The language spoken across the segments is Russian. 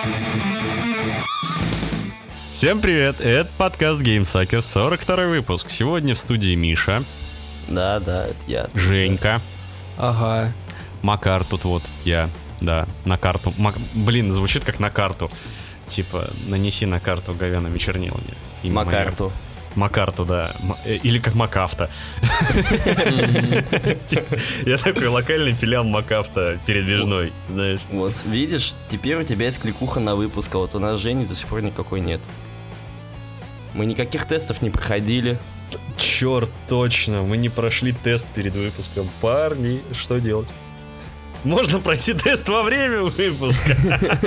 Всем привет, это подкаст GameSuckers, 42-й выпуск. Сегодня в студии Миша. Да, это я. Женька. Ага. Макар тут вот, я, да, на карту. Блин, звучит как на карту. Типа, нанеси на карту говяными чернилами. Макарту. Макарту, да. Или как Макафта. Я такой локальный филиал Макафта передвижной, знаешь. Вот, видишь, теперь у тебя есть кликуха на выпуск, а вот у нас Жени до сих пор никакой нет. Мы никаких тестов не проходили. Черт, точно, мы не прошли тест перед выпуском. Парни, что делать? Можно пройти тест во время выпуска.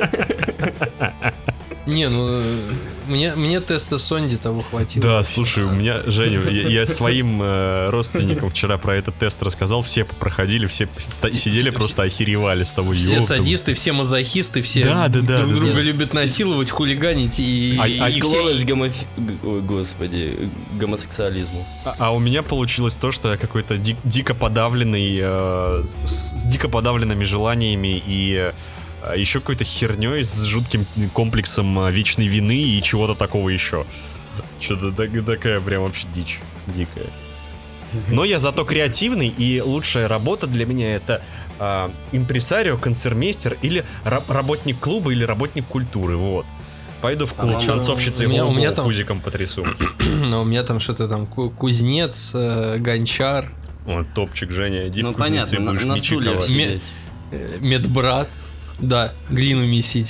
Не, ну мне теста Сонди того хватило. Да, слушай, у меня, Женя, я своим родственникам вчера про этот тест рассказал, все проходили, все сидели, просто охеревали с того. Все садисты, все мазохисты, все друг друга любят насиловать, хулиганить и склонность господи, гомосексуализму. А у меня получилось то, что я какой-то дико подавленный, с дико подавленными желаниями и еще какой-то херней с жутким комплексом вечной вины и чего-то такого еще. Что-то такая прям вообще дичь дикая. Но я зато креативный, и лучшая работа для меня это импресарио, концертмейстер или работник клуба или работник культуры, вот. Пойду в клуб танцовщицы и голову кузиком потрясу. Но у меня там что-то там кузнец, гончар. Вот, топчик, Женя, иди в кузницы, понятно, будешь на стуле мечи медбрат. Да, глину месить.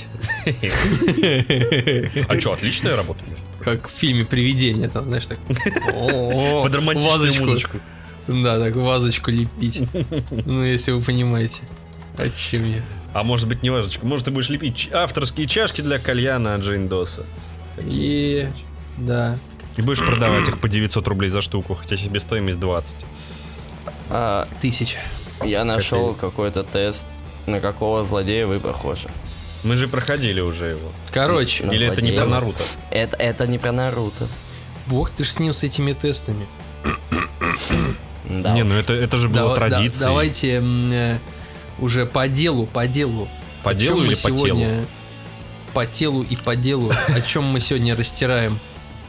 А что, отличная работа? Как в фильме «Привидение», там, знаешь, так. Под романтичную музычку. Да, так вазочку лепить. Ну, если вы понимаете, о чем я. А может быть не вазочку, может ты будешь лепить авторские чашки для кальяна от Джейн Доса. Да. И будешь продавать их по 900 рублей за штуку, хотя себестоимость 20. 1000. Я нашел какой-то тест. На какого злодея вы похожи? Мы же проходили уже его. Короче. Или это не про Наруто? Это не про Наруто. Бог, ты ж с ним с этими тестами. Да. Не, ну это же было традицией. Давайте уже по делу. По делу или по телу? По телу и по делу. О чем мы сегодня растираем?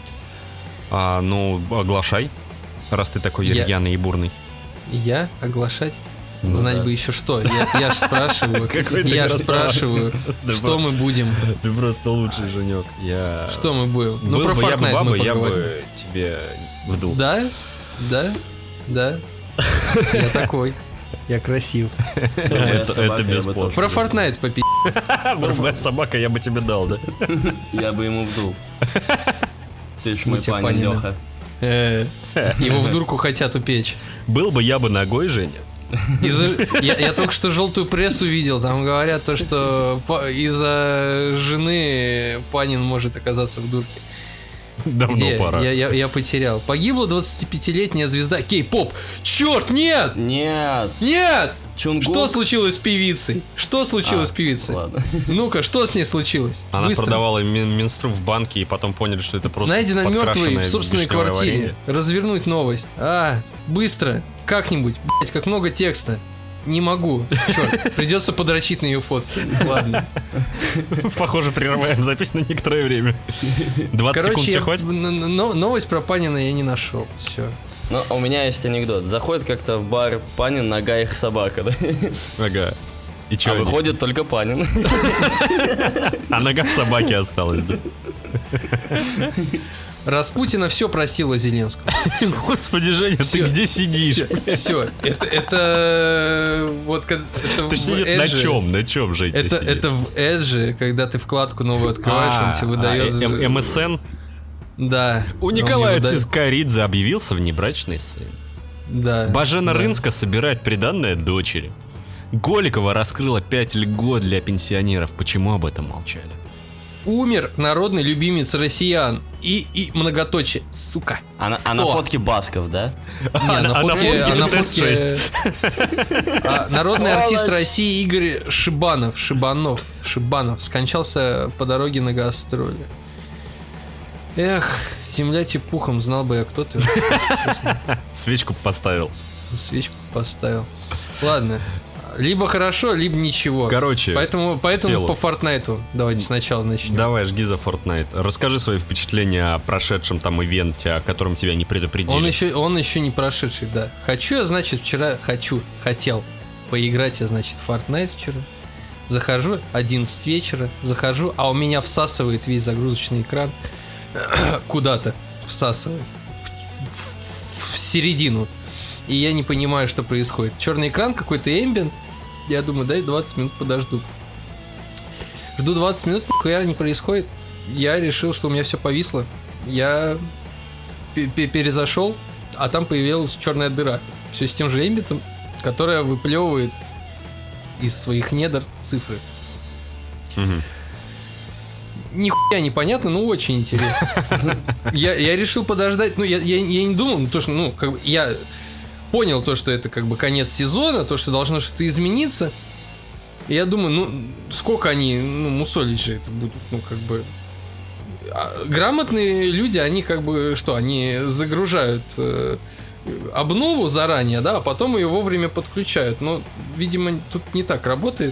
Ну, оглашай, раз ты такой рьяный и бурный. Я? Оглашать? Знать бы еще что. Я ж спрашиваю. Что мы будем. Ты просто лучший, Женек. Что мы будем? Ну, про Fortnite мы поговорим. Я бы тебе вдул. Да. Я такой. Я красив. Это бесспорно. Про Fortnite попи***. Моя собака, я бы тебе дал, да? Я бы ему вдул. Ты ж мой панин, Леха. Его в дурку хотят упечь. Был бы я бы ногой, Женя. Я только что желтую прессу видел. Там говорят то, что из-за жены Панин может оказаться в дурке. Давно пора. Я потерял. Погибла 25-летняя звезда кей-поп. Черт, нет! Нет! Чунгук. Что случилось с певицей? Ладно. Ну-ка, что с ней случилось? Она Быстро. продавала менстру в банке, и потом поняли, что это просто Найдена мертвой в подкрашенное собственной вишневое квартире. варенье. Развернуть новость. Быстро. Как-нибудь. Блять, как много текста. Не могу. Черт, придется подрочить на ее фотки. Ладно. Похоже, прерываем запись на некоторое время. 20 секунд тебе хватит? Новость про Панина я не нашел. Все. Ну, у меня есть анекдот. Заходит как-то в бар Панин, нога их собака, да? Ага. И чё они? Выходит только Панин. А нога в собаке осталась, да? Распутина все простила Зеленскому. Господи, Женя, ты где сидишь? Все. Это вот это на чем, Жень? Это в Edge, когда ты вкладку новую открываешь, он тебе выдает. МСН? Да. У Николая Цискоридзе объявился внебрачный сын. Да. Бажена Рынска собирает приданное дочери. Голикова раскрыла 5 льгот для пенсионеров. Почему об этом молчали? Умер народный любимец россиян. И многоточие. Сука. А на фотке Басков, да? Не, на фотке народный артист России Игорь Шибанов скончался по дороге на гастроли. Эх, земля типухом, знал бы я, кто ты. Свечку поставил. Ладно. Либо хорошо, либо ничего. Короче, Поэтому по Fortnite давайте сначала начнем. Давай, жги за Fortnite. Расскажи свои впечатления о прошедшем там ивенте, о котором тебя не предупредили. Он еще не прошедший, да. Хотел поиграть я, значит, в Fortnite вчера. Захожу, 11 вечера, а у меня всасывает весь загрузочный экран. Куда-то всасывает. В середину. И я не понимаю, что происходит. Черный экран, какой-то эмбиент. Я думаю, дай 20 минут подожду. Жду 20 минут, нихуя не происходит. Я решил, что у меня все повисло. Я перезашел, а там появилась черная дыра. Все с тем же эмбиентом, которая выплевывает из своих недр цифры. Нихуя непонятно, но очень интересно. Я решил подождать. Ну, я не думал, то, что, ну, как бы я понял то, что это как бы конец сезона, то, что должно что-то измениться. И я думаю, ну, сколько они, ну, мусолить же это будут, ну, как бы. Грамотные люди, они как бы, что, они загружают обнову заранее, да, а потом ее вовремя подключают. Но, видимо, тут не так работает.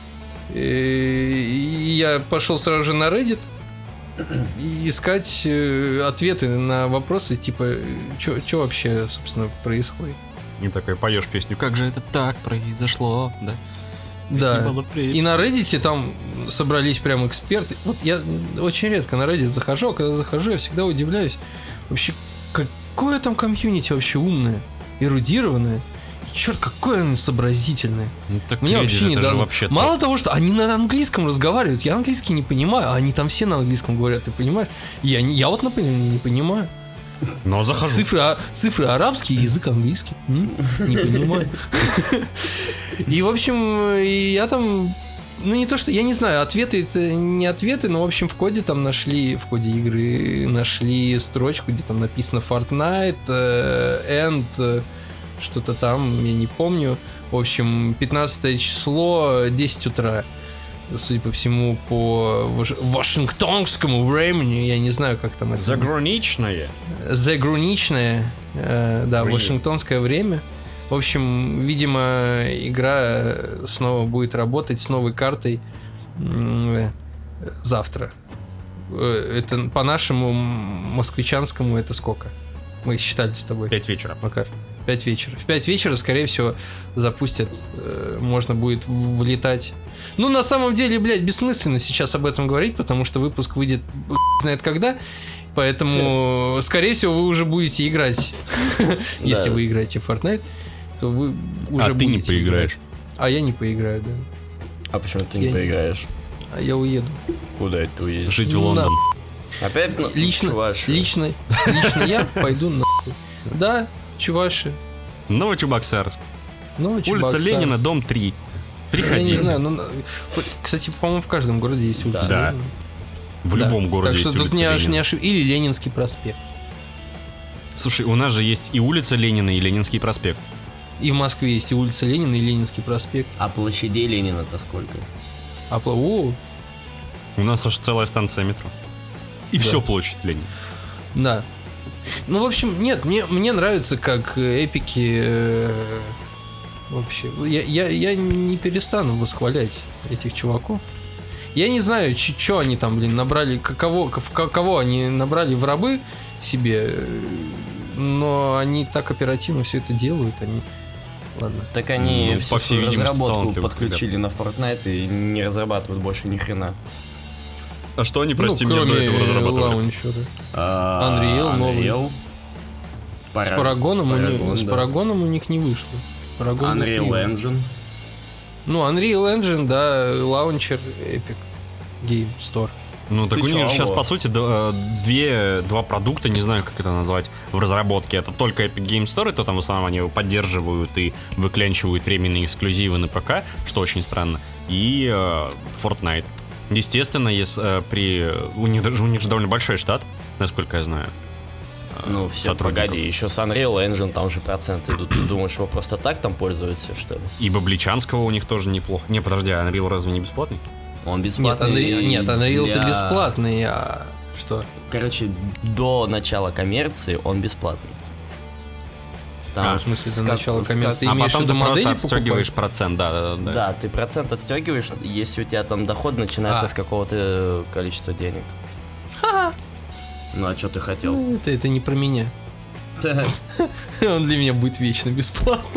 И я пошел сразу же на Reddit и искать ответы на вопросы, типа, что вообще, собственно, происходит. И такой поешь песню, как же это так произошло, да? Да, и на Reddit там собрались прям эксперты. Вот я очень редко на Reddit захожу, а когда захожу, я всегда удивляюсь. Вообще, какое там комьюнити вообще умное, эрудированное. Черт, какое оно сообразительное. Ну, так мне вообще не дано. Мало так. того, что они на английском разговаривают, я английский не понимаю, а они там все на английском говорят, ты понимаешь? Я вот, например, не понимаю. Но захожу. Цифры арабский, язык английский. Не понимаю. И, в общем, я там... Ну, не то, что... Я не знаю, ответы это не ответы, но, в общем, в коде игры нашли строчку, где там написано Fortnite, End... Что-то там, я не помню. В общем, 15 число, 10 утра. Судя по всему, по вашингтонскому времени. Я не знаю, как там это. Заграничное, да, вашингтонское время. В общем, видимо, игра снова будет работать с новой картой завтра. Это по-нашему москвичанскому это сколько? Мы считали с тобой. 5 вечера. Макар. 5 вечера. В 5 вечера, скорее всего, запустят. Можно будет влетать. Ну, на самом деле, блядь, бессмысленно сейчас об этом говорить, потому что выпуск выйдет знает когда. Поэтому, скорее всего, вы уже будете играть. Если вы играете в Fortnite, то вы уже будете. А ты не поиграешь. А я не поиграю, да. А почему ты не поиграешь? А я уеду. Куда это ты уедешь? Жить в Лондон. Опять лично я пойду нахуй. Да, Чувашия. Новочебоксарск. Улица Ленина, дом 3. Приходите. Я не знаю, ну, кстати, по-моему, в каждом городе есть улица Ленина. В любом городе есть улица Ленина. Так что тут не ошибся. Или Ленинский проспект. Слушай, у нас же есть и улица Ленина, и Ленинский проспект. И в Москве есть и улица Ленина, и Ленинский проспект. А площадей Ленина-то сколько? У нас аж целая станция метро. И все площадь Ленина. Да. Ну, в общем, нет, мне нравится, как эпики вообще. Я не перестану восхвалять этих чуваков. Я не знаю, что они там, набрали, кого они набрали в рабы себе, но они так оперативно все это делают, они... Ладно. Так они всю свою разработку подключили на Fortnite и не разрабатывают больше ни хрена. А что они, прости меня, до этого разрабатывали? Лаунчера. Unreal новый. С Парагоном у них не вышло. Unreal Engine. Ну, Unreal Engine, да, лаунчер Epic Game Store. Ну, так у них сейчас, по сути, два продукта, не знаю, как это назвать, в разработке. Это только Epic Game Store, то там в основном они его поддерживают и выклянчивают временные эксклюзивы на ПК, что очень странно, и Fortnite. Естественно, у них же довольно большой штат, насколько я знаю. Ну, все, погоди, еще с Unreal Engine там же проценты идут. Ты думаешь, его просто так там пользуются, что ли? И Бабличанского у них тоже неплохо. Не, подожди, а Unreal разве не бесплатный? Он бесплатный. Нет, Unreal-то бесплатный, а что? Короче, до начала коммерции он бесплатный. в смысле, до начала коммерции. Ты А имеешь в потом виду ты модели просто отстегиваешь покупать? процент, да. Да, ты процент отстегиваешь, если у тебя там доход начинается с какого-то количества денег. Ну а что ты хотел? Ну, это не про меня. Он для меня будет вечно бесплатно.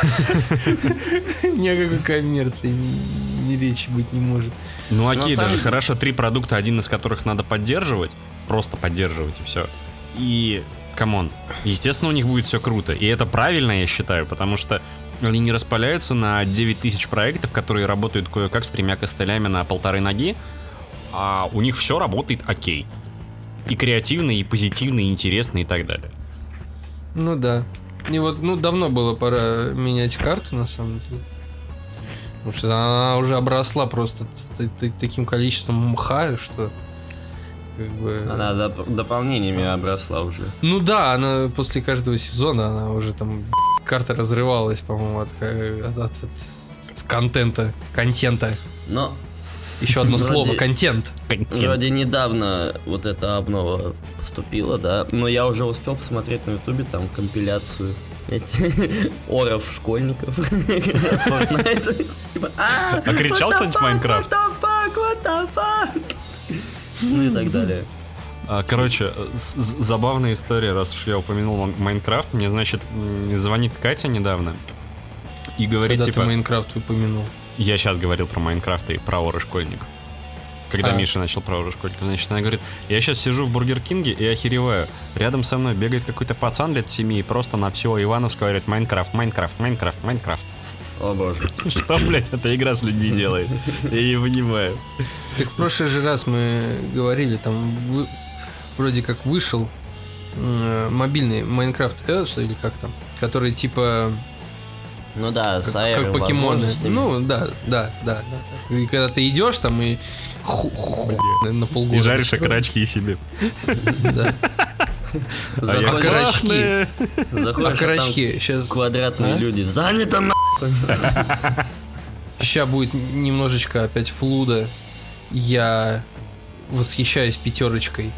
Ни о какой коммерции ни речи быть не может. Ну окей, На самом даже деле- хорошо, 3 продукта, один из которых надо поддерживать, просто поддерживать и все. И, камон, естественно, у них будет все круто. И это правильно, я считаю, потому что они не распаляются на 9000 проектов, которые работают кое-как с 3 костылями на 1,5 ноги, а у них все работает окей. И креативно, и позитивно, и интересно, и так далее. Ну да. И вот, давно было пора менять карту, на самом деле. Потому что она уже обросла просто таким количеством мха, что как бы... Она дополнениями обросла уже. Ну да, она после каждого сезона, она уже там, карта разрывалась, по-моему, от контента. Но Еще одно Вроде- слово, контент. вроде недавно вот эта обнова поступила, да. Но я уже успел посмотреть на ютубе там компиляцию оров школьников от Fortnite. Типа, А кричал what the кто-нибудь fuck, Майнкрафт? What the fuck? Ну и так далее. Короче, забавная история, раз уж я упомянул Майнкрафт. Мне, значит, звонит Катя недавно и говорит, Когда типа... ты Майнкрафт упомянул. Я сейчас говорил про Майнкрафт и про Оры школьников. Когда Миша начал про Оры школьников, значит, она говорит, я сейчас сижу в Бургер Кинге и охереваю. Рядом со мной бегает какой-то пацан лет 7 и просто на все Ивановское говорит Майнкрафт, Майнкрафт, Майнкрафт, Майнкрафт. О боже. Что, блядь, эта игра с людьми делает? Я не понимаю. Так в прошлый же раз мы говорили, там вроде как вышел мобильный Майнкрафт Earth, или как там, который типа... Ну да, с как аэро покемоны. возможностями. Ну, да. И когда ты идешь там и на полгода. И жаришь строишь. окорочки себе. Да. Заходишь- Окорочки. заходишь, а Окорочки. там Сейчас квадратные люди. Занято нахуй. будет немножечко опять флуда. Я восхищаюсь пятерочкой.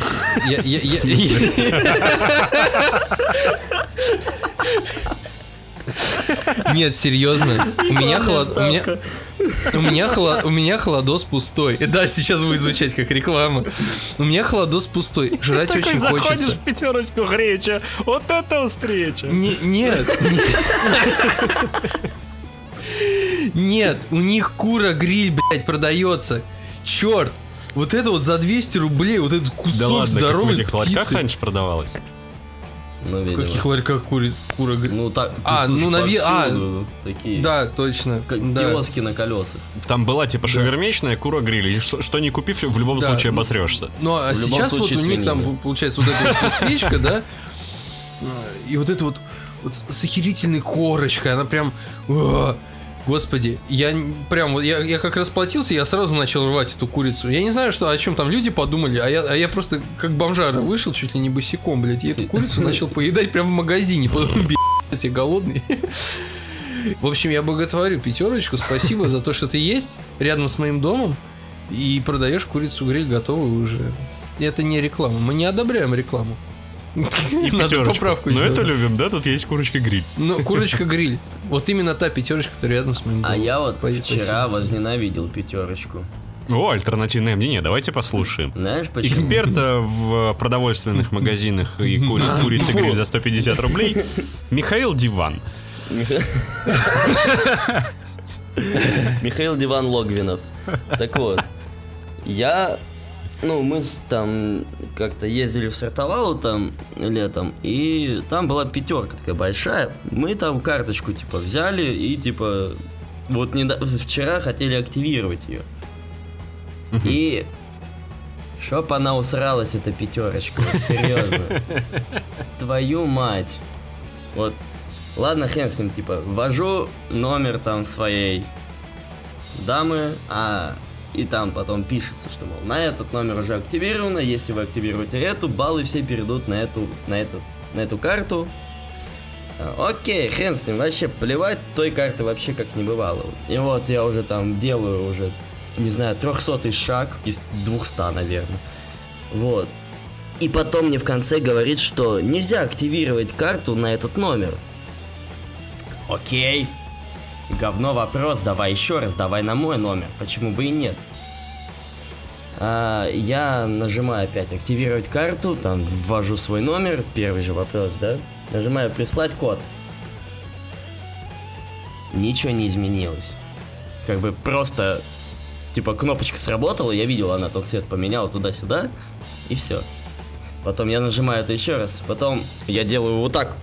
Нет, серьезно. У меня холодос пустой. Да, сейчас будет звучать как реклама. У меня холодос пустой. Жрать очень хочется. в пятерочку греча. Вот это встреча. Нет. Нет, у них кура-гриль, блядь, продается. Черт. Вот это вот за 200 рублей, вот этот Да кусок ладно, как в здоровой этих ларьках птицы. раньше продавалось? Ну, В видимо. каких ларьках кура-гриль? Ну, так, такие Да, точно. Да. киоски на колесах. Там была типа шавермечная, кура-гриль. И что не купив, в любом Да. случае обосрешься. Ну, а В любом сейчас вот случае у них там свинина. получается вот эта вот печка, да? И вот это вот с охерительной корочкой, она прям... Господи, я как расплатился, я сразу начал рвать эту курицу. Я не знаю, о чем там люди подумали, а я просто как бомжара вышел, чуть ли не босиком, блядь, и эту курицу начал поедать прямо в магазине. Потом, блядь, я голодный. В общем, я боготворю пятерочку, спасибо за то, что ты есть рядом с моим домом и продаешь курицу-гриль готовую уже. Это не реклама, мы не одобряем рекламу. И Надо пятерочку. поправку Но сделать. это любим, да? Тут есть курочка-гриль. Ну, курочка-гриль. Вот именно та пятерочка, которая рядом с моим домом. А я вот Спасибо. вчера возненавидел пятерочку. О, альтернативное мнение, давайте послушаем. Знаешь почему? Эксперт в продовольственных магазинах и курица-гриль за 150 рублей Михаил Диван. Михаил Диван Логвинов. Так вот, мы там как-то ездили в Сартовалу там летом, и там была пятерка такая большая. Мы там карточку типа взяли и типа вот вчера хотели активировать ее. И чтоб она усралась, эта пятерочка, вот серьезно. Твою мать. Вот, ладно, хрен с ним, типа, ввожу номер там своей дамы, и там потом пишется, что, мол, на этот номер уже активировано, если вы активируете эту, баллы все перейдут на эту карту. Окей, хрен с ним, вообще плевать, той карты вообще как не бывало. И вот я уже там делаю уже, не знаю, 300-й шаг из 200, наверное. Вот. И потом мне в конце говорит, что нельзя активировать карту на этот номер. окей. Говно вопрос, давай еще раз, давай на мой номер. Почему бы и нет? Я нажимаю опять активировать карту, там ввожу свой номер, первый же вопрос, да? Нажимаю прислать код. Ничего не изменилось. Как бы просто, типа, кнопочка сработала, я видел, она тот цвет поменяла туда-сюда, и все. Потом я нажимаю это еще раз, потом я делаю вот так.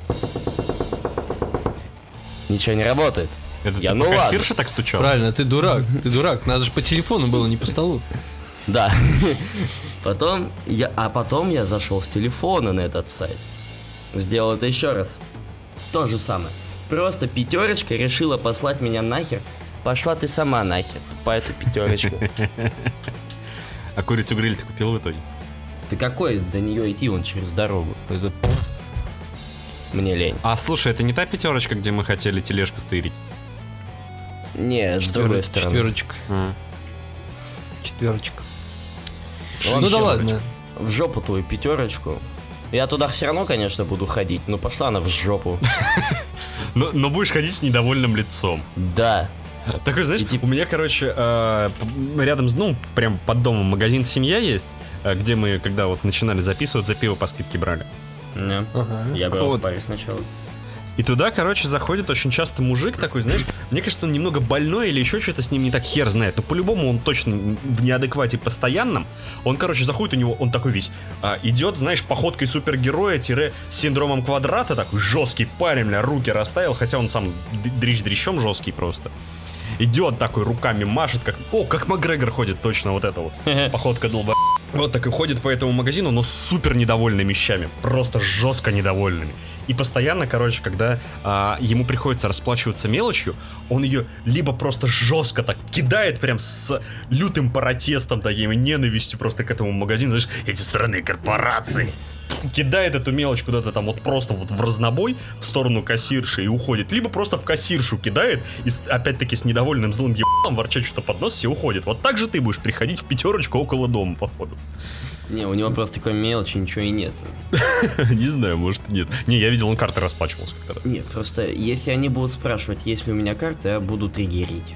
Ничего не работает. Это я, ты ну по ладно. кассирше так стучал? Правильно, ты дурак, надо же по телефону было, не по столу. Да. Потом я зашел с телефона на этот сайт. Сделал это еще раз. То же самое. Просто пятерочка решила послать меня нахер. Пошла ты сама нахер по эту пятерочку. А курицу-гриль ты купил в итоге? Ты какой до нее идти вон через дорогу? Это... Мне лень. А, слушай, это не та пятерочка, где мы хотели тележку стырить? Не, с другой стороны. Четверочка. А. Четверочка. Ладно, Ну да четверочка. ладно. В жопу твою пятерочку. Я туда все равно, конечно, буду ходить, но пошла она в жопу. Но будешь ходить с недовольным лицом. Да. Такой, знаешь, И у меня, короче, рядом, ну, прям под домом магазин «Семья» есть, где мы, когда вот начинали записывать, за пиво по скидке брали. Не. Ага. Я брал Вот. в паре сначала. И туда, короче, заходит очень часто мужик такой, знаешь, мне кажется, он немного больной или еще что-то с ним не так, хер знает, но по-любому он точно в неадеквате постоянном. Он, короче, заходит у него, он такой весь, идет, знаешь, походкой супергероя, с синдромом квадрата, такой жесткий парень, руки расставил, хотя он сам дрищ-дрищом жесткий просто. Идет такой, руками машет, как Макгрегор ходит, точно вот это вот, походка долба. Вот так и ходит по этому магазину, но супер недовольными вещами, просто жестко недовольными. И постоянно, короче, когда ему приходится расплачиваться мелочью, он ее либо просто жестко так кидает, прям с лютым протестом, таким ненавистью просто к этому магазину, знаешь, эти сраные корпорации. Кидает эту мелочь куда-то там вот просто вот в разнобой в сторону кассирши и уходит. Либо просто в кассиршу кидает и опять-таки с недовольным злым ебаном ворчать что-то под нос и уходит. Вот так же ты будешь приходить в пятерочку около дома, походу. Не, у него просто такой мелочи ничего и нет. Не знаю, может и нет. Не, я видел, он карты расплачивался как-то раз. Не, просто если они будут спрашивать, есть ли у меня карта, я буду триггерить.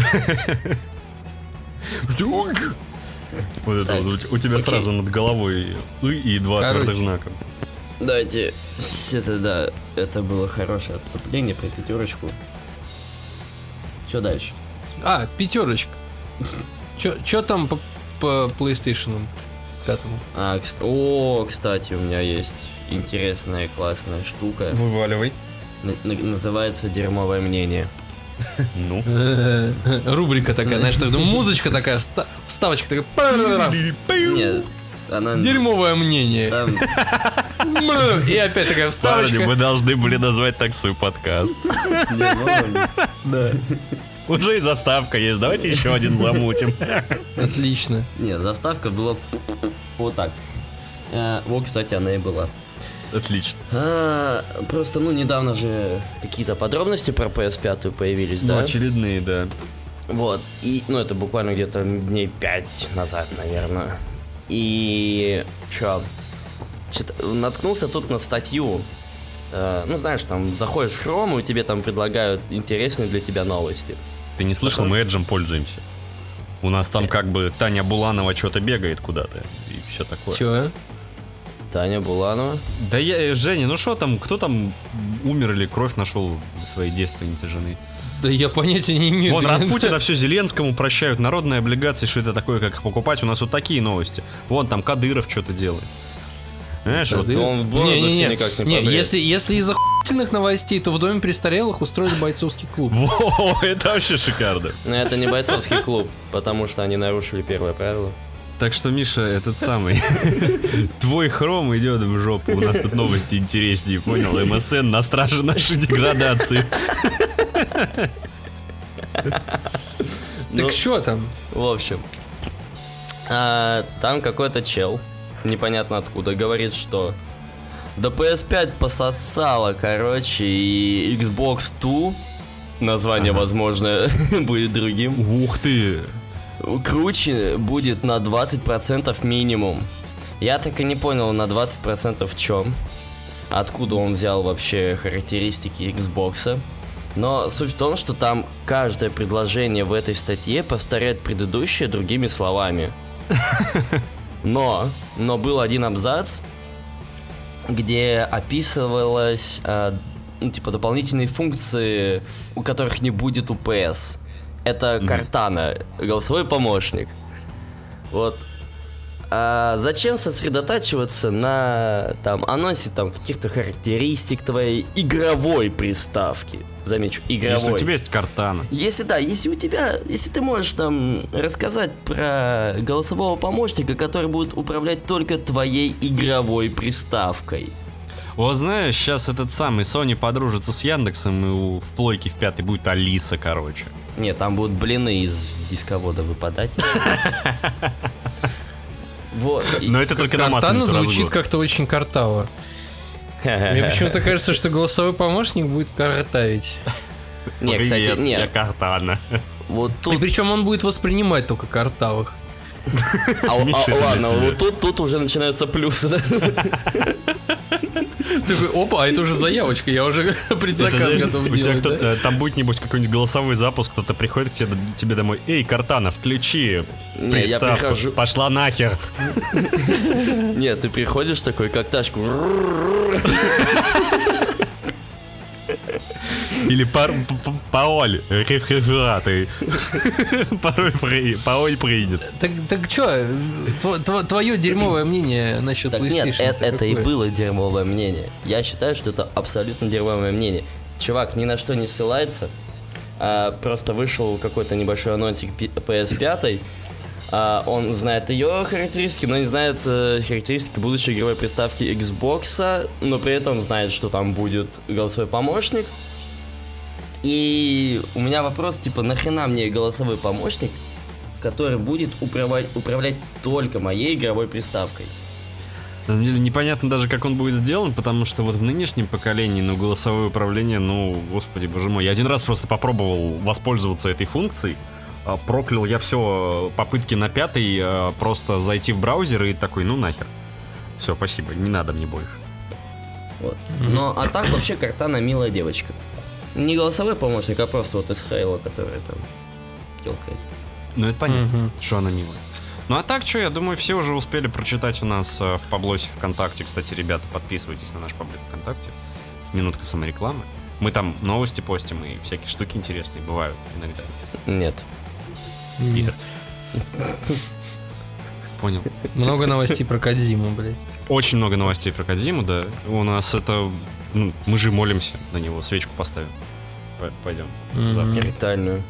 Вот это Так, вот, у тебя окей. сразу над головой и два Короче. твердых знака. Давайте, это было хорошее отступление про пятерочку. Что дальше? Пятерочка. Чё там по PlayStation 5? Кстати, у меня есть интересная классная штука. Вываливай. Называется «Дерьмовое мнение». Ну. Рубрика такая, знаешь, музычка такая, вставочка такая. Нет, она... Дерьмовое мнение. Там... И опять такая Парни, вставочка. мы должны были назвать так свой подкаст. Да. Уже и заставка есть, давайте еще один замутим. Отлично. Нет, заставка была вот так. Вот, кстати, она и была. Отлично. Просто, недавно же какие-то подробности про PS5 появились, Ну, да? очередные, да. Вот, и, это буквально где-то дней 5 назад, наверное. И, наткнулся тут на статью. Знаешь, там, заходишь в Chrome, и тебе там предлагают интересные для тебя новости. Ты не слышал, мы Эджем пользуемся. У нас там как бы Таня Буланова что-то бегает куда-то и все такое. Чё? Таня Буланова. Да Женя, ну что там, кто там умер или кровь нашел своей девственницы жены? Да я понятия не имею. Вон, Ты Распутина все Зеленскому прощают, народные облигации, что это такое, как их покупать, у нас вот такие новости. Вон там Кадыров что-то делает. Знаешь, вот... Да он в бороду все никак не побреет. Если из охуительных новостей, то в доме престарелых устроили бойцовский клуб. Во, это вообще шикарно. Но это не бойцовский клуб, потому что они нарушили первое правило. Так что, Миша, этот самый, твой хром идет в жопу, у нас тут новости интереснее, понял? МСН на страже нашей деградации. Так что там? В общем, там какой-то чел, непонятно откуда, говорит, что до PS5 пососало, короче, и Xbox Two, название, возможно, будет другим, Ух ты! круче будет на 20% минимум. Я так и не понял, на 20% в чем. Откуда он взял вообще характеристики Xbox. Но суть в том, что там каждое предложение в этой статье повторяет предыдущее другими словами. Но был один абзац, где описывалось дополнительные функции, у которых не будет у PS. Это Cortana, голосовой помощник. Вот. Зачем сосредотачиваться на анонсе каких-то характеристик твоей игровой приставки? Замечу, игровой. Если у тебя есть Cortana. Если ты можешь рассказать про голосового помощника, который будет управлять только твоей игровой приставкой. Вот знаешь, сейчас этот самый Sony подружится с Яндексом, и в плойке в 5 будет Алиса, короче. Нет, там будут блины из дисковода выпадать. Вот. Но это только на Масленицу Cortana звучит как-то очень картаво. Мне почему-то кажется, что голосовой помощник будет картавить. Нет, кстати, нет. Я Cortana. Вот тут... И причем он будет воспринимать только картавых. Ладно, вот тут уже начинаются плюсы. Такой, опа, а это уже заявочка, я уже предзаказ готов делать. Там будет, небось, какой-нибудь голосовой запуск, кто-то приходит к тебе домой. Эй, Cortana, включи приставку. Пошла нахер. Нет, ты приходишь такой, как тачку. Или пароль рефрижератор. Пароль принят. Так что, твое дерьмовое мнение насчет PlayStation? Нет, это и было дерьмовое мнение. Я считаю, что это абсолютно дерьмовое мнение. Чувак ни на что не ссылается. Просто вышел какой-то небольшой анонсик PS5. Он знает ее характеристики, но не знает характеристики будущей игровой приставки Xbox, но при этом знает, что там будет голосовой помощник. И у меня вопрос, нахрена мне голосовой помощник, который будет управлять только моей игровой приставкой? На самом деле непонятно даже, как он будет сделан, потому что вот в нынешнем поколении, голосовое управление, господи, боже мой. Я один раз просто попробовал воспользоваться этой функцией. Проклял я все попытки на 5-й просто зайти в браузер и такой, нахер. Все, спасибо, не надо мне больше. Вот. А так вообще Cortana милая девочка. Не голосовой помощник, а просто вот из Хейла, которая там телкает. Это понятно, что она милая. А так что, я думаю, все уже успели прочитать у нас в паблосе ВКонтакте. Кстати, ребята, подписывайтесь на наш паблик ВКонтакте. Минутка саморекламы. Мы там новости постим и всякие штуки интересные бывают иногда. Нет. Питер. Понял. Много новостей про Кодзиму, блядь. Очень много новостей про Кодзиму, да. У нас это... мы же молимся на него, свечку поставим. Пойдем. Завтра. Ритуальную.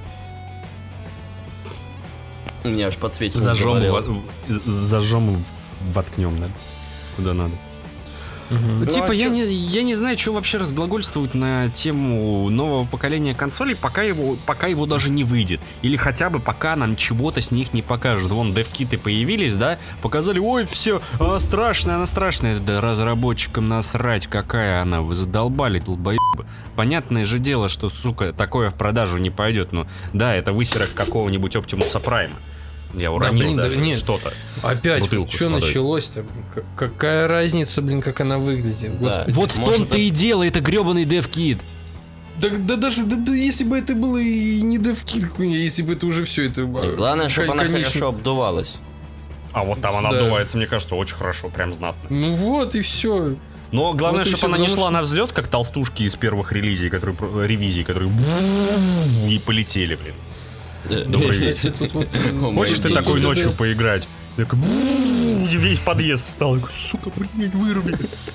У меня аж подсветил. Зажжем, воткнем, да? Куда надо. Я не знаю, что вообще разглагольствовать на тему нового поколения консолей, пока его даже не выйдет. Или хотя бы пока нам чего-то с них не покажут. Вон девкиты появились, да? Показали, ой, все, она страшная. Да разработчикам насрать, какая она. Вы задолбали, долбоебы. Понятное же дело, что, сука, такое в продажу не пойдет. Да, это высерок какого-нибудь Optimus Prime. Я уронил даже что-то. Опять, что началось-то? Какая разница, как она выглядит? Да. Вот в том-то и дело, это гребаный DevKit. Да даже если бы это было и не DevKit, если бы это уже все это... Главное, чтобы она хорошо обдувалась. А вот там она обдувается, мне кажется, очень хорошо, прям знатно. Вот и все. Но главное, чтобы она не шла на взлет, как толстушки из первых ревизий, которые и полетели, блин. Добрый вечер. Хочешь ты такой ночью поиграть? Весь подъезд встал. Сука, блин, выруби.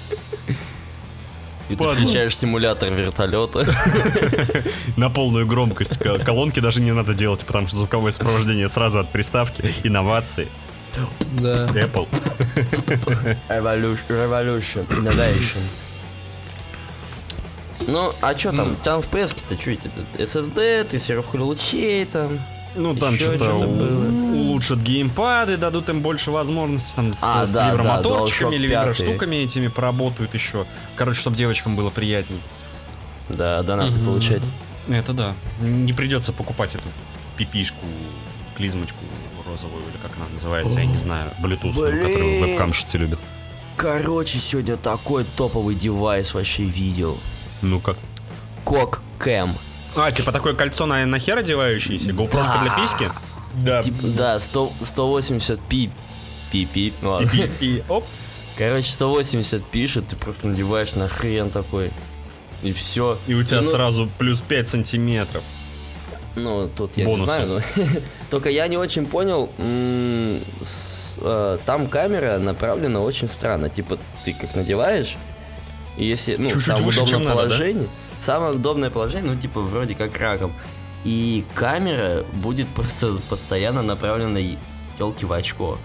И ты включаешь симулятор вертолета. На полную громкость. Колонки даже не надо делать, потому что звуковое сопровождение сразу от приставки. Инновации. Да. Apple. Revolution. Innovation. А что там? Там в прессе-то что это? SSD, трассировку лучей там. Там что-то улучшат геймпады, дадут им больше возможностей там с вибромоторчиками или виброштуками этими поработают еще. Короче, чтобы девочкам было приятней. Да, донаты получать. Это да. Не придется покупать эту пипишку, клизмочку розовую, или как она называется, я не знаю, Bluetooth, которую вебкамщицы любят. Короче, сегодня такой топовый девайс вообще видел. Ну как? Кок-кэм. Типа такое кольцо на хер одевающееся? GoPro для письки? Да. Да, 180 пи. Ладно. Оп. Короче, 180 пишет, ты просто надеваешь на хрен такой. И все. И у тебя сразу плюс 5 сантиметров. Ну, тут я бонусы. не знаю. Только я не очень понял. Там камера направлена очень странно. Типа, ты как надеваешь, и если, ну, чуть-чуть самое выше, удобное чем надо, положение. Самое удобное положение, ну, типа, вроде как раком. И камера будет просто постоянно направлена тёлке в очко.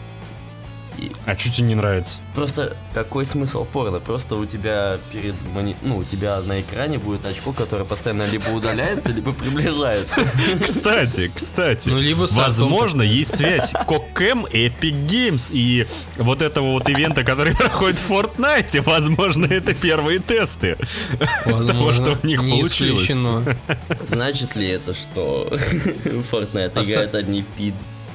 А что тебе не нравится? Просто какой смысл порно? Просто у тебя у тебя на экране будет очко, которое постоянно либо удаляется, либо приближается. Кстати, Ну, либо возможно, есть связь Cockcam и Epic Games и вот этого вот ивента, который проходит в Fortnite. Возможно, это первые тесты того, что у них не получилось. исключено. Значит ли это, что в Fortnite играют одни пид?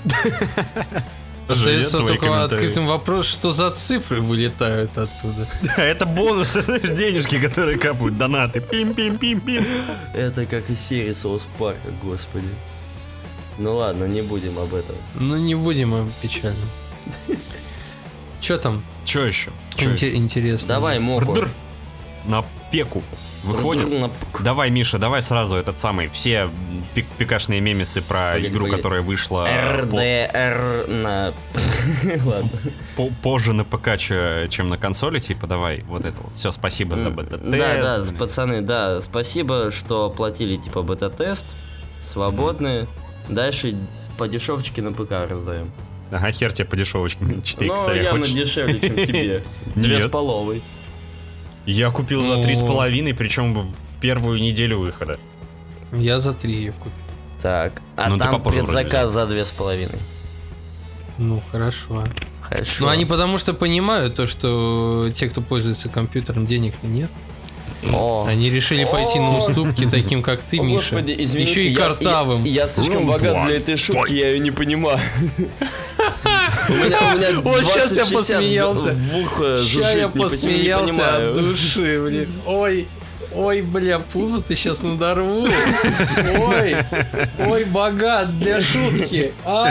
Остается Твои только комментарии. открытым вопрос, что за цифры вылетают оттуда. Это бонусы, знаешь, денежки, которые капают, донаты. Пим-пим-пим-пим. Это как из серии Соус Парка, господи. Ну ладно, не будем об этом. Ну, не будем о печальном. Че там Че еще? интересно? Давай, Моку. На пеку. Выходим. Давай, Миша, давай сразу этот самый. Все пикашные мемесы про игру, которая вышла РДР на... Ладно. позже на ПК, чем на консоли. Типа, давай, вот это вот. Все, спасибо за бета-тест. Да, пацаны, да, спасибо, что оплатили, типа, бета-тест. Свободные. Дальше по дешевочке на ПК раздаем. Ага, хер тебе по дешевочкам. 4 Ну, косаря явно хочешь? дешевле, чем тебе. Нет. 2,5. Я купил за 3,5, причем в первую неделю выхода. Я за 3 ее купил. Так, а Ну, ты там попозже предзаказ за 2,5. Ну, хорошо. Хорошо. Ну, они потому что понимают то, что те, кто пользуется компьютером, денег-то нет. О. Они решили пойти на уступки таким, как ты, О, Миша. Господи, извините, Еще и картавым. Я слишком богат для этой шутки, я ее не понимаю. У меня Вот сейчас я 20-60 посмеялся. в ухо Ща жужжит, я не посмеялся понимаю. от души, блин. Ой, бля, пузо ты сейчас надорву. Ой, богат для шутки.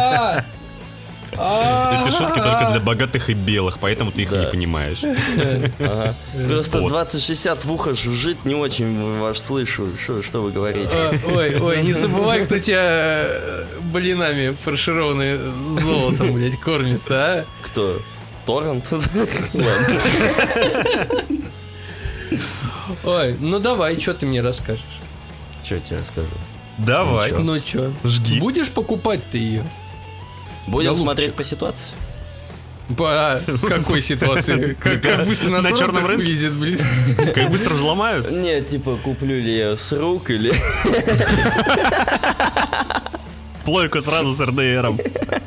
Эти шутки только для богатых и белых, поэтому ты их Да. не понимаешь. Ага. Просто Вот. 20-60 в ухо жужжит, не очень вас слышу. Что вы говорите? Ой, не забывай, кто тебя блинами фаршированные золотом, блядь, кормит, а? Кто? Торрент? Ладно. Ой, ну давай, что ты мне расскажешь? Что я тебе расскажу? Давай. Чё? Ну чё? Жги. Будешь покупать ты ее? Будем Голубчик. смотреть по ситуации. По какой ситуации? Как быстро На на чёрном чёрном рынке? вылезет, блин. Как быстро взломают? Не, типа, куплю ли я с рук или... Плойку сразу с РДРом.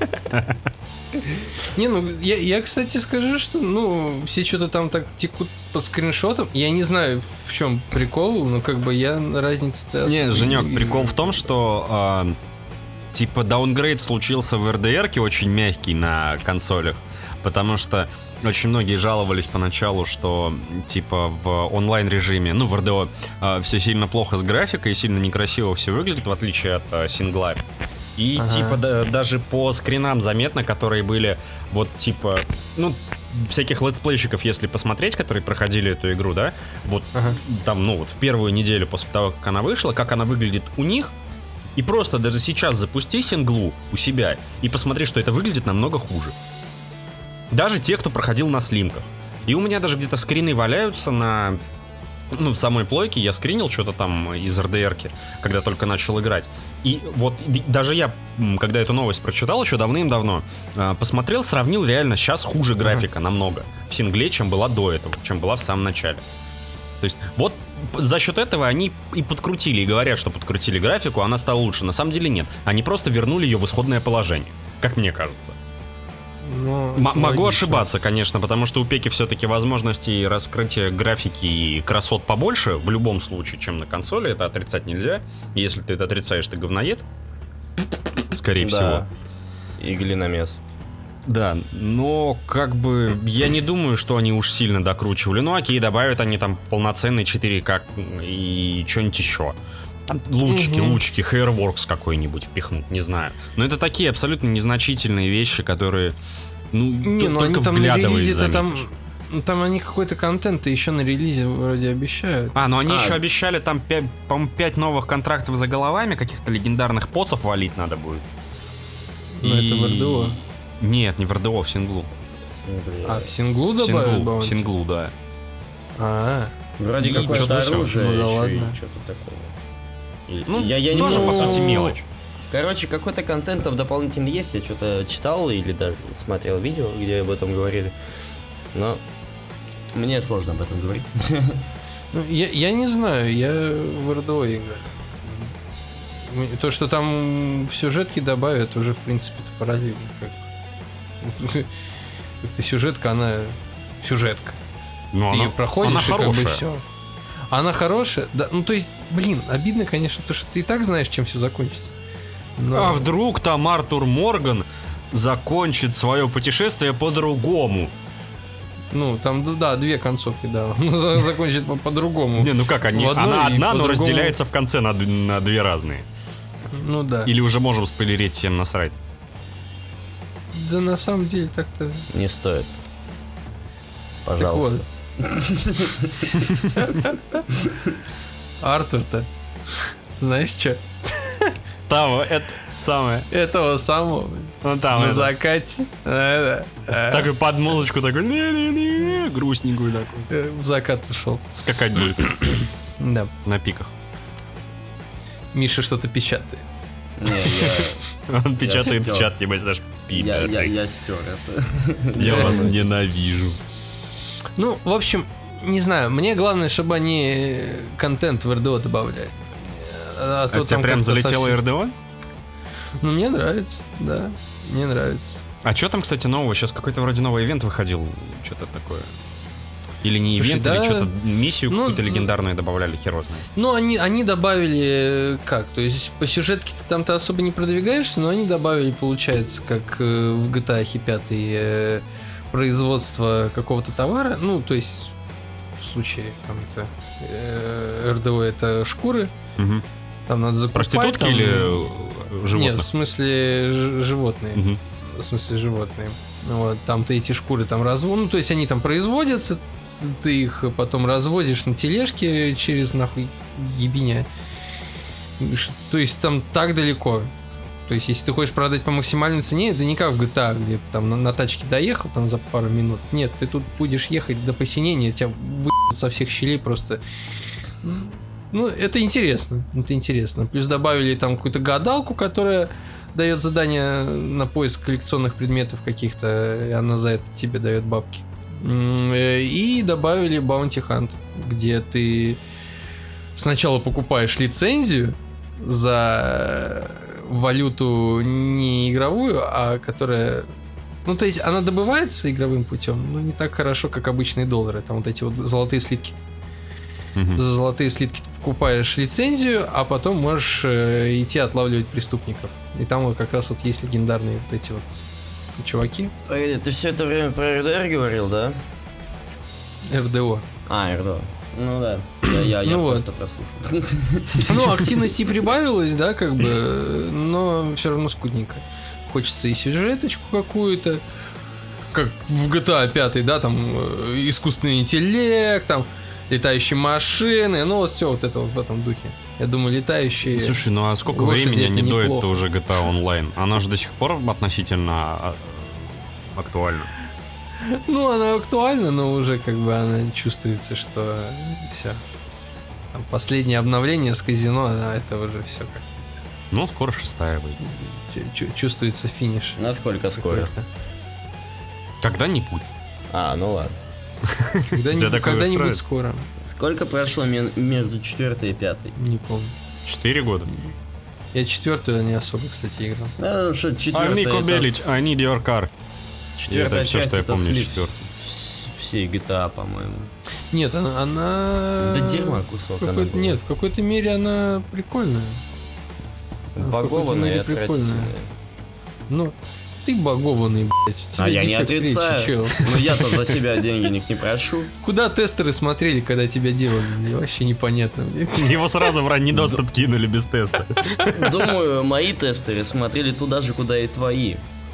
Не, ну, я, кстати, скажу, что, ну, все что-то там так текут по скриншотам. Я не знаю, в чем прикол, но как бы я разницы-то... Не, особо Женек, вижу. прикол в том, что типа даунгрейд случился в РДРке очень мягкий на консолях, потому что очень многие жаловались поначалу, что типа в онлайн режиме, ну в РДО, все сильно плохо с графикой, сильно некрасиво все выглядит, в отличие от сингла. И Ага. типа даже по скринам заметно, которые были вот типа, ну, всяких летсплейщиков, если посмотреть, которые проходили эту игру, да, вот Ага. там, ну вот в первую неделю после того, как она вышла, как она выглядит у них, и просто даже сейчас запусти синглу у себя и посмотри, что это выглядит намного хуже. Даже те, кто проходил на слимках. И у меня даже где-то скрины валяются на... Ну, в самой плойке я скринил что-то там из РДРки, когда только начал играть. И вот даже я, когда эту новость прочитал еще давным-давно, посмотрел, сравнил, реально сейчас хуже графика намного в сингле, чем была до этого, чем была в самом начале. То есть вот за счет этого они и подкрутили, и говорят, что подкрутили графику, она стала лучше. На самом деле нет. Они просто вернули ее в исходное положение, как мне кажется. Ну, Могу логично. ошибаться, конечно, потому что у Пеки все-таки возможностей раскрытия графики и красот побольше в любом случае, чем на консоли. Это отрицать нельзя. И если ты это отрицаешь, ты говноед. Скорее всего. И глиномес. Да, но как бы я не думаю, что они уж сильно докручивали. Ну окей, добавят они там полноценный 4К и что-нибудь еще. Там лучики, Hairworks какой-нибудь впихнуть, не знаю. Но это такие абсолютно незначительные вещи, которые, только вглядываясь заметишь. Там они какой-то контент еще на релизе вроде обещают. Но они еще обещали там, по-моему, 5 новых контрактов за головами, каких-то легендарных поцев валить надо будет. Но это в РДО. Нет, не в РДО, в синглу. В синглу добавят баунти? В синглу, да. Вроде какое-то оружие еще и что-то такое. Я тоже, по сути, мелочь. Короче, какой-то контент там дополнительный есть, я что-то читал или даже смотрел видео, где об этом говорили. Но мне сложно об этом говорить. Я не знаю, я в РДО играю. То, что там в сюжетке добавят, уже в принципе-то параллельно. Как-то сюжетка, она сюжетка. Ты ее проходишь, и как бы все. Она хорошая? Да, то есть, обидно, конечно, то, что ты и так знаешь, чем все закончится. А вдруг там Артур Морган закончит свое путешествие по-другому? Там, две концовки, да. Он закончит по-другому. Как они? Она одна, но разделяется в конце на две разные. Да. Или уже можем спойлерить, всем насрать? Да на самом деле так-то... Не стоит. Пожалуйста. Артур-то, знаешь что? Там, это самое. Этого самого. Там на закате. Такой под музычку, такой грустненькую такой. В закат ушел. Скакать будет. Да. На пиках. Миша что-то печатает. Он печатает в чат, небось, наш пидор. Я стер это. Я вас ненавижу. В общем, не знаю. Мне главное, чтобы они контент в РДО добавляли. А тебе прям залетело РДО? Мне нравится, да. Мне нравится. А что там, кстати, нового? Сейчас какой-то вроде новый ивент выходил. Что-то такое. Или не ивент, или что-то миссию какую-то легендарную добавляли, хер его знает. Они добавили как? То есть по сюжетке ты особо не продвигаешься, но они добавили, получается, как в GTA 5 производство какого-то товара. То есть в случае РДО это шкуры. Угу. Там надо закупать. Проститутки или животные? Нет, в смысле животные. Угу. В смысле животные. Там ты эти шкуры разводишь. То есть они там производятся, ты их потом разводишь на тележке через ебеня. То есть там так далеко. То есть если ты хочешь продать по максимальной цене, это не как в GTA, где ты там на тачке доехал за пару минут. Нет, ты тут будешь ехать до посинения, тебя выебут со всех щелей просто. Это интересно. Это интересно. Плюс добавили там какую-то гадалку, которая дает задание на поиск коллекционных предметов каких-то, и она за это тебе дает бабки. И добавили Bounty Hunt, где ты сначала покупаешь лицензию за валюту не игровую, а которая... то есть она добывается игровым путем, но не так хорошо, как обычные доллары. Там эти золотые слитки. За золотые слитки ты покупаешь лицензию, а потом можешь идти отлавливать преступников. И там как раз есть легендарные эти чуваки. Ты все это время про РДР говорил, да? РДО. РДО. Да. Я просто прослушал. Активности прибавилось, да, но все равно скудненько. Хочется и сюжеточку какую-то, как в GTA 5, да, там искусственный интеллект, там летающие машины, все это в этом духе. Я думаю, летающие... Слушай, а сколько времени они доят-то уже GTA Online? Она же до сих пор относительно актуальна. Она актуальна, но уже она чувствуется, что все. Там последнее обновление с казино, это уже все как-то. Скоро 6-я выйдет. Чувствуется финиш. Насколько скоро? Когда-нибудь. Ладно. Когда-нибудь скоро. Сколько прошло между 4 и 5? Не помню. 4 года. Я 4 не особо, кстати, играл. Арнико Белич, I need your car. 4-я все, часть, что я помню, 4. Всей GTA, по-моему. Нет, она... Да дерьма кусок она была. Нет, в какой-то мере она прикольная. Багованная и отвратительная. ты багованный, блядь. А я не отрицаю. Но я-то за себя денег не прошу. Куда тестеры смотрели, когда тебя делали? Вообще непонятно, блядь. Его сразу в ранний доступ кинули без теста. Думаю, мои тестеры смотрели туда же, куда и твои.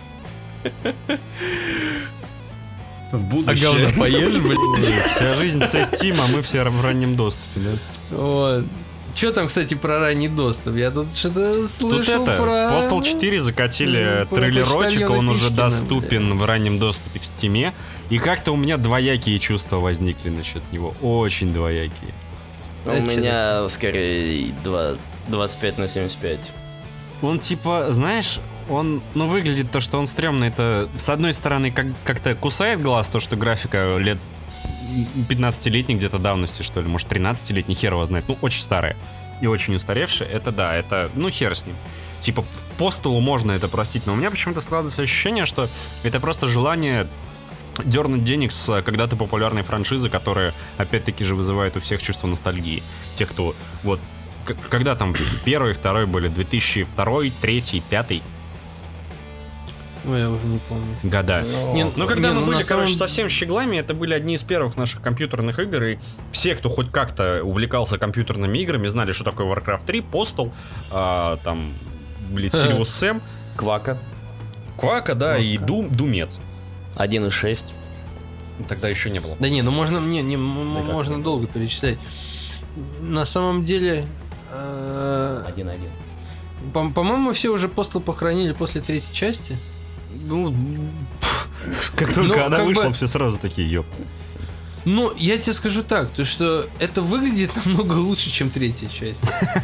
В будущее. А говно поешь, блядь? Вся жизнь C-Steam, а мы все в раннем доступе, да? Вот. Че там, кстати, про ранний доступ? Я тут что-то слышал Тут про... Postal 4 закатили про трейлерочек, он уже Пичкина, доступен в раннем доступе в Стиме. И как-то у меня двоякие чувства возникли насчет него. Очень двоякие. У меня скорее 25/75. Он типа, знаешь, он, выглядит то, что он стрёмный. Это, с одной стороны, как-то кусает глаз, то, что графика лет 15-летней где-то давности, что ли, может 13-летний, хер его знает. Очень старая и очень устаревшая. Это да, это, хер с ним. Типа, по столу можно это простить, но у меня почему-то складывается ощущение, что это просто желание дернуть денег с когда-то популярной франшизы, которая, опять-таки же, вызывает у всех чувство ностальгии. Те, кто, вот, когда там первый, второй были, 2002, 2003, 2005. Ну, я уже не помню. Года. Когда мы были, самом... совсем щеглами, это были одни из первых наших компьютерных игр, и все, кто хоть как-то увлекался компьютерными играми, знали, что такое Warcraft 3, Postal, там, Sirius Sam. Квака, да, и Думец. 1.6. Тогда еще не было. Да не, можно можно долго перечислять. На самом деле... 1.1. По-моему, все уже Postal похоронили после третьей части. Как только она вышла, все сразу такие, ёпта. Ну, я тебе скажу так, то что это выглядит намного лучше, чем третья часть.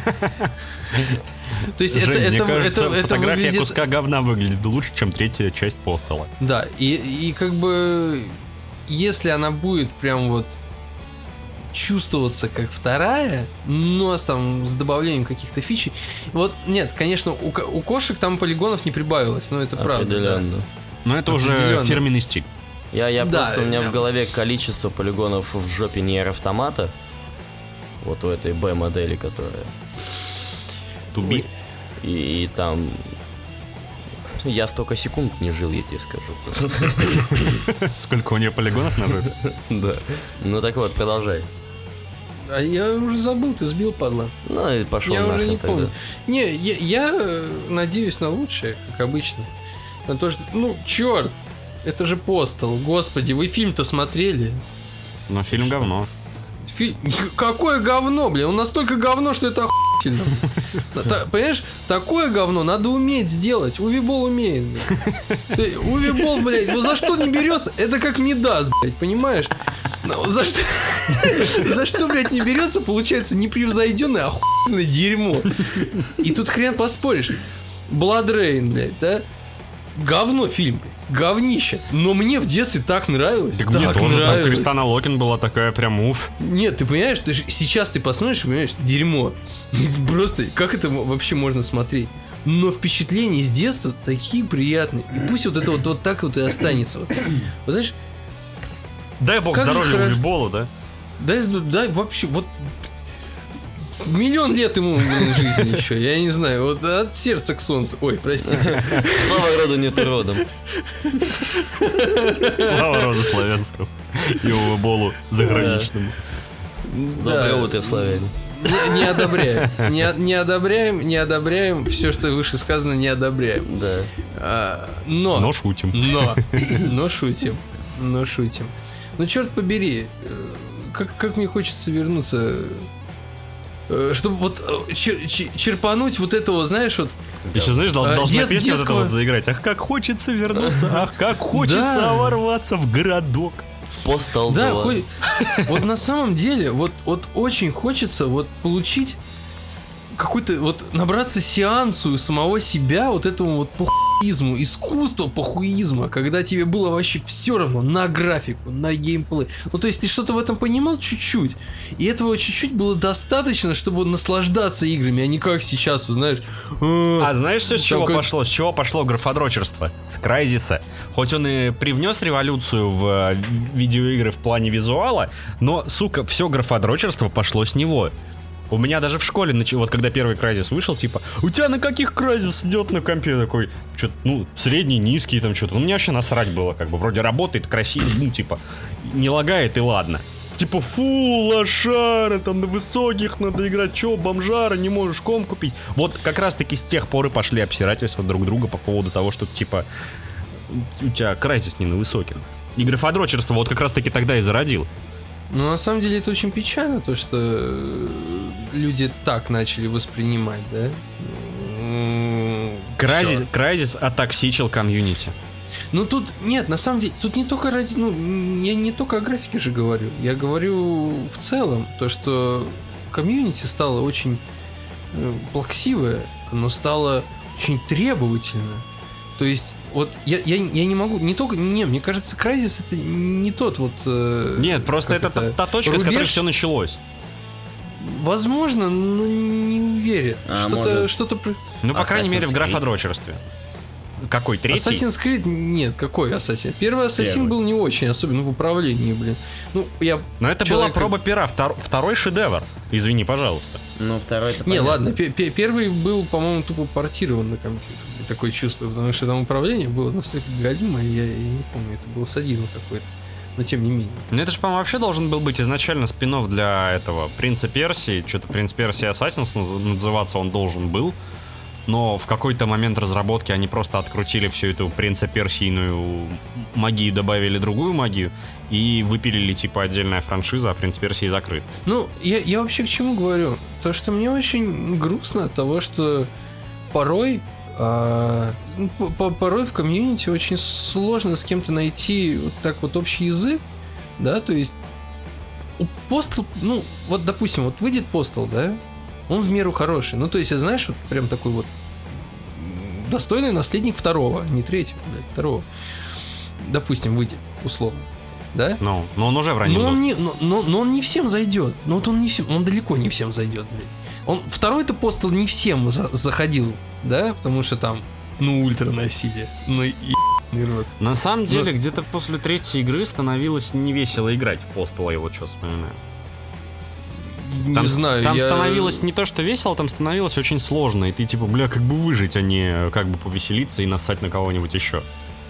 То есть это фотография куска говна выглядит лучше, чем третья часть Postal. Да, и как бы если она будет прям вот чувствоваться как вторая, но там с добавлением каких-то фичей. Вот, нет, конечно, у кошек там полигонов не прибавилось, но это правда. Да. Но это уже фирменный стиль. Я просто, у меня в голове количество полигонов в жопе Nier Автомата. Вот у этой Б-модели, которая... Туби. И там... Я столько секунд не жил, я тебе скажу. Сколько у нее полигонов на жопе? Да. Ну так вот, продолжай. А я уже забыл, ты сбил, падла. Ну и пошел я нахрен уже не тогда. помню. Не, я надеюсь на лучшее, как обычно. На то, что... черт! Это же Postal, господи, вы фильм-то смотрели? Но фильм говно. Какое говно, блин? Он настолько говно, что это охуительно. Понимаешь, такое говно надо уметь сделать. Увибол умеет, блядь. Увибол, блядь, за что не берется? Это как Мидас, блядь, понимаешь? За что, блядь, не берется, получается непревзойденное охуенное дерьмо. И тут хрен поспоришь. Blood Rain, блядь, да? Говно фильм, блядь. Говнище. Но мне в детстве так нравилось. Так мне тоже, там Кристана Локин была такая прям уф. Нет, ты понимаешь, сейчас ты посмотришь, понимаешь, дерьмо. Просто, как это вообще можно смотреть? Но впечатления с детства такие приятные. И пусть вот это вот так вот и останется. Вот знаешь... Дай бог здоровья Увиболу, да? Дай вообще, вот... Миллион лет ему жизни еще, я не знаю, вот от сердца к солнцу. Ой, простите. Слава роду нет уродом. Слава роду славянскому и Увиболу заграничному. Доброе утро, славяне. Не одобряем. Не одобряем. Все, что выше сказано, не одобряем. Да. Но шутим. Но шутим. Ну, черт побери, как мне хочется вернуться... Чтобы вот черпануть вот этого, знаешь, вот... Еще, знаешь, должна песня вот эта вот заиграть. Ах, как хочется вернуться, ах, как хочется ворваться в городок. В Postal 2. Да, вот на самом деле, вот очень хочется вот получить какой-то, вот набраться сеансу самого себя, вот этому вот похуизму, искусство похуизма, когда тебе было вообще все равно на графику, на геймплей. Ну, то есть ты что-то в этом понимал чуть-чуть, и этого чуть-чуть было достаточно, чтобы наслаждаться играми, а не как сейчас, знаешь. А знаешь, все с чего пошло? С чего пошло графодрочерство? С Крайзиса. Хоть он и привнес революцию в видеоигры в плане визуала, но, сука, все графодрочерство пошло с него. У меня даже в школе, вот когда первый Crysis вышел, типа, у тебя на каких Crysis идет на компе? Такой, что-то, ну, средний, низкий, там что-то. Ну, мне вообще насрать было, как бы, вроде работает, красиво, ну, типа, не лагает и ладно. Типа, фу, лошары, там на высоких надо играть, чё, бомжара, не можешь ком купить. Вот как раз-таки с тех пор и пошли обсирательства друг друга по поводу того, что, типа, у тебя Crysis не на высоких. И графодрочерство вот как раз-таки тогда и зародил. Ну, на самом деле, это очень печально, то, что люди так начали воспринимать, да? Crysis отоксичил комьюнити. Ну, тут, нет, на самом деле, тут не только ради, ну, я не только о графике же говорю, я говорю в целом, то, что комьюнити стало очень плаксивое, оно стало очень требовательно. То есть, вот я не могу, не только, не, мне кажется, Crysis это не тот вот... Нет, просто это та точка, рубеж, с которой все началось. Возможно, но не уверен. Что-то... Ну, по крайней мере, в графодрочерстве. Какой, третий? Assassin's Creed, нет, какой Assassin? Первый Assassin был не очень, особенно в управлении, блин. Ну, но это была проба пера, второй шедевр. Извини, пожалуйста. Ну, второй-то не, ладно, первый был, по-моему, тупо портирован на компьютер. Такое чувство, потому что там управление было настолько галимое, я не помню, это был садизм какой-то. Но тем не менее. Ну это же, по-моему, вообще должен был быть изначально спин-офф для этого Принца Персии. Что-то Принц Персии Assassins называться он должен был. Но в какой-то момент разработки они просто открутили всю эту Принца Персийную магию, добавили другую магию и выпилили типа отдельная франшиза, а Принц Персии закрыт. Ну, я вообще к чему говорю? То, что мне очень грустно от того, что порой в комьюнити очень сложно с кем-то найти вот так вот общий язык, да, то есть Postal, ну, вот, допустим, вот выйдет Postal, да, он в меру хороший, ну, то есть, знаешь, вот прям такой вот достойный наследник второго, не третьего, блядь, второго, допустим, выйдет, условно, да? Но он уже в раннем доступе. Но он не всем зайдет, но вот он далеко не всем зайдет, блядь. Второй-то Postal не всем заходил, да, потому что там, ну, ультра насилие, ну и рот. На самом деле, где-то после третьей игры становилось невесело играть в Postal, я вот что вспоминаю. Не знаю, там становилось не то, что весело, там становилось очень сложно, и ты типа, бля, как бы выжить, а не как бы повеселиться и нассать на кого-нибудь еще.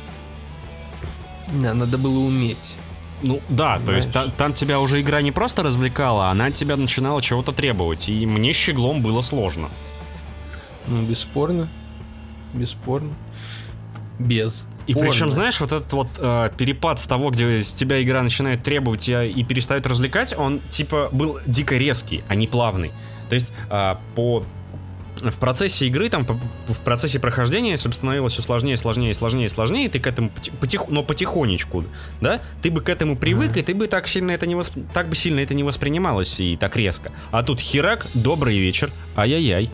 Да, надо было уметь. Ну да, понимаешь? То есть там тебя уже игра не просто развлекала, она от тебя начинала чего-то требовать, и мне щеглом было сложно. Ну, бесспорно. И причем, знаешь, вот этот вот перепад с того, где с тебя игра начинает требовать и перестает развлекать, он типа был дико резкий, а не плавный. То есть в процессе игры, там, в процессе прохождения, если бы становилось все сложнее, ты к этому но потихонечку, да, ты бы к этому привык, и ты бы так сильно это не воспринималось и так резко. А тут херак, добрый вечер, ай-яй-яй.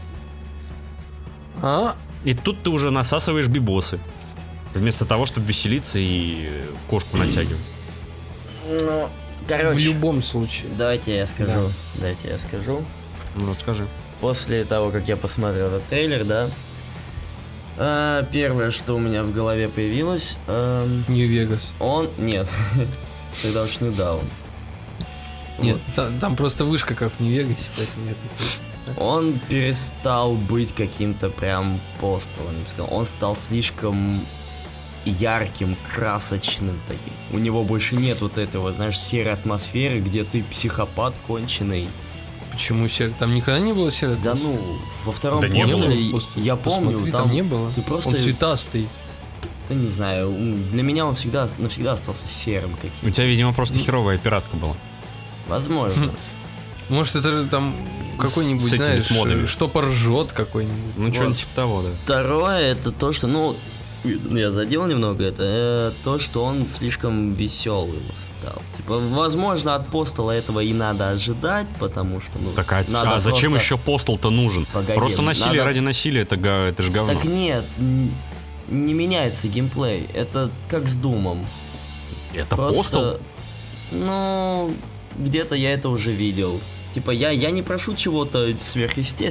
И тут ты уже насасываешь бибосы. Вместо того, чтобы веселиться и кошку натягивать. Ну, короче. В любом случае. Давайте я скажу. Ну, скажи. После того, как я посмотрел этот трейлер, да, первое, что у меня в голове появилось... Нью-Вегас. Нет. Тогда уж не Даун. Нет, там просто вышка как в Нью-Вегасе, поэтому я такой... Он перестал быть каким-то прям Посталом. Он стал слишком ярким, красочным таким. У него больше нет вот этого, знаешь, серой атмосферы, где ты психопат конченый. Почему серый? Там никогда не было серой атмосферы? Да ну, во втором Постале, я помню, посмотри, там не было. Ты просто... Он цветастый. Да не знаю, для меня он навсегда остался серым каким-то. У тебя, видимо, просто херовая пиратка была. Возможно. Может, это же там какой-нибудь, знаешь, штопор ржет какой-нибудь. Ну, что-нибудь типа того, да. Второе, это то, что, ну, я задел немного, это то, что он слишком веселый стал. Типа, возможно, от Постала этого и надо ожидать, потому что, ну, так, а зачем просто... еще Постал-то нужен? Погоди, просто насилие ради насилия, это же говно. Так нет, не меняется геймплей, это как с Думом. Это Постал? Ну, где-то я это уже видел. Типа, я не прошу чего-то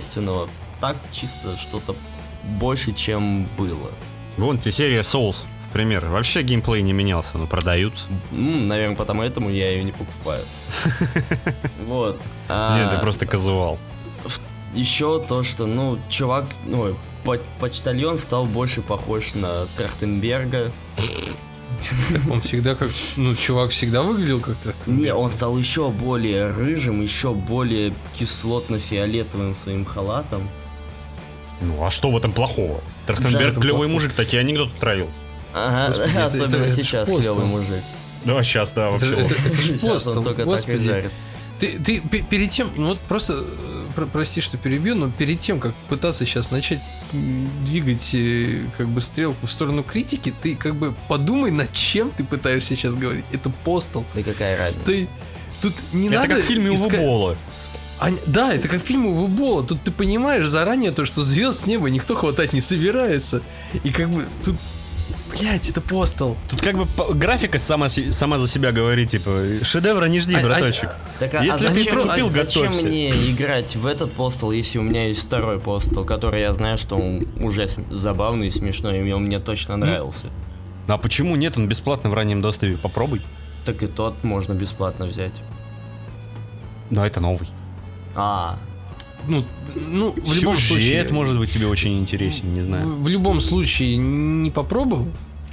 сверхъестественного, так чисто что-то больше, чем было. Вон тебе серия Souls пример. Вообще геймплей не менялся, но продаются. Наверное, поэтому я ее не покупаю. Вот. Нет, ты просто казуал. Еще то, что, чувак, почтальон стал больше похож на Трахтенберга. Так он всегда чувак всегда выглядел как Трахтенберг. Не, он стал еще более рыжим, еще более кислотно-фиолетовым своим халатом. Ну, а что в этом плохого? Трахтенберг клевый мужик, такие анекдоты травил. Ага, Господи, особенно это сейчас клевый мужик. Да, сейчас, да, вообще. Это ж Сейчас постол, он только так и господи. жарит. Ты перед тем, вот просто, прости, что перебью, но перед тем, как пытаться сейчас начать двигать как бы стрелку в сторону критики, ты как бы подумай, над чем ты пытаешься сейчас говорить. Это постол. Да какая разница? Ты тут не Это надо как в фильме Уве Болла. Да, это как в фильме Уве Болла. Тут ты понимаешь заранее то, что звезд с неба никто хватать не собирается. И как бы тут... Блять, это постол. Тут как бы графика сама за себя говорит, типа, шедевра не жди, браточек. Так, Если ты зачем, купил, зачем готовься. мне играть в этот постол, если у меня есть второй постол, который я знаю, что он уже забавный и смешной, и он мне точно нравился. А почему нет? Он бесплатно в раннем доступе. Попробуй. Так и тот можно бесплатно взять. Да, это новый. Ну, в любом случае... Сюжет, может быть, тебе очень интересен, не знаю. В любом случае, не попробовав,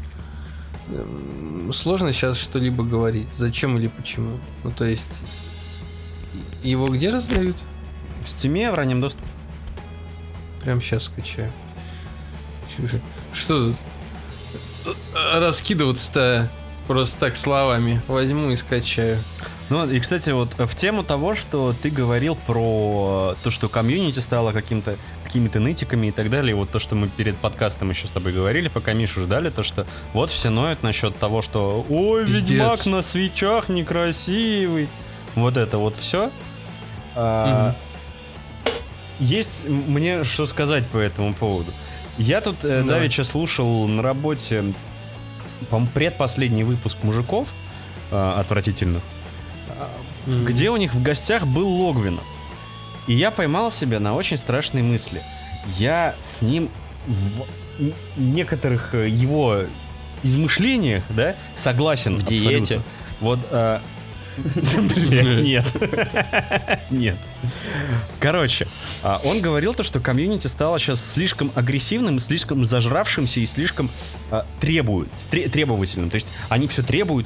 сложно сейчас что-либо говорить. Зачем или почему. Ну, то есть, его где раздают? В Steam в раннем доступе. Прям сейчас скачаю. Что тут? Раскидываться-то просто так словами. Возьму и скачаю. Ну, и, кстати, вот в тему того, что ты говорил про то, что комьюнити стало какими-то нытиками и так далее, и вот то, что мы перед подкастом еще с тобой говорили, пока Мишу ждали, то, что вот все ноют насчет того, что «Ой, Пиздец. Ведьмак на свечах некрасивый». Вот это вот все. Есть мне что сказать по этому поводу. Я тут давеча слушал на работе, по-моему, предпоследний выпуск «Мужиков» отвратительных, где у них в гостях был Логвинов. И я поймал себя на очень страшные мысли. Я с ним в некоторых его измышлениях, да, согласен. В диете. Вот, блин, нет. Нет. Короче, он говорил то, что комьюнити стало сейчас слишком агрессивным, слишком зажравшимся и слишком требовательным. То есть они все требуют.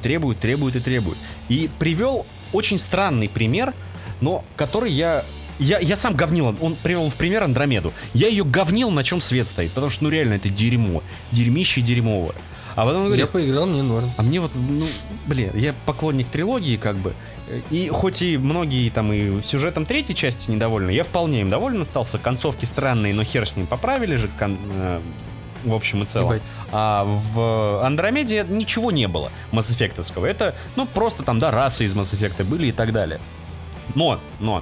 И привел очень странный пример, но который я сам говнил. Он привел в пример Андромеду. Я ее говнил, на чем свет стоит, потому что, реально, это дерьмо. Дерьмище дерьмовое. А потом он говорит, я поиграл, мне норм. А мне вот, я поклонник трилогии, как бы. И хоть и многие там и сюжетом третьей части недовольны, я вполне им доволен остался. Концовки странные, но хер с ним, поправили же в общем и целом. Ебать. А в Андромеде ничего не было Mass Effect'овского. Это, просто там, да, расы из Mass Effect были и так далее. Но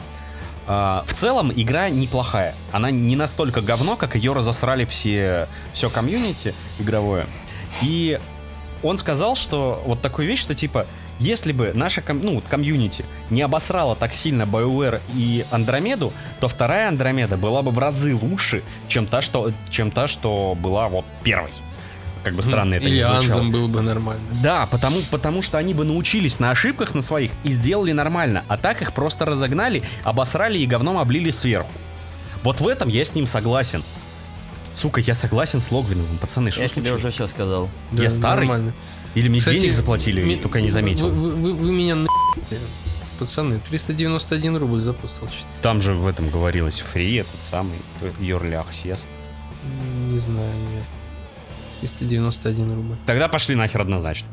в целом игра неплохая. Она не настолько говно, как ее разосрали все комьюнити игровое. И он сказал, что вот такую вещь, что типа, если бы наша комьюнити не обосрала так сильно BioWare и Андромеду, то вторая Андромеда была бы в разы лучше, чем та, что была вот первой. Как бы странно это или не звучало. Анзем был бы нормально. Да, потому что они бы научились на ошибках на своих и сделали нормально. А так их просто разогнали, обосрали и говном облили сверху. Вот в этом я с ним согласен. Сука, я согласен с Логвиновым, пацаны, что Я тебе случилось? уже все сказал. Я старый? Нормально. Или мне Кстати, денег заплатили, только я не заметил. Вы меня пацаны, 391 рубль за постол. Там же в этом говорилось фри, этот самый Йорлях Сес. Не знаю, нет. 391 рубль. Тогда пошли нахер однозначно.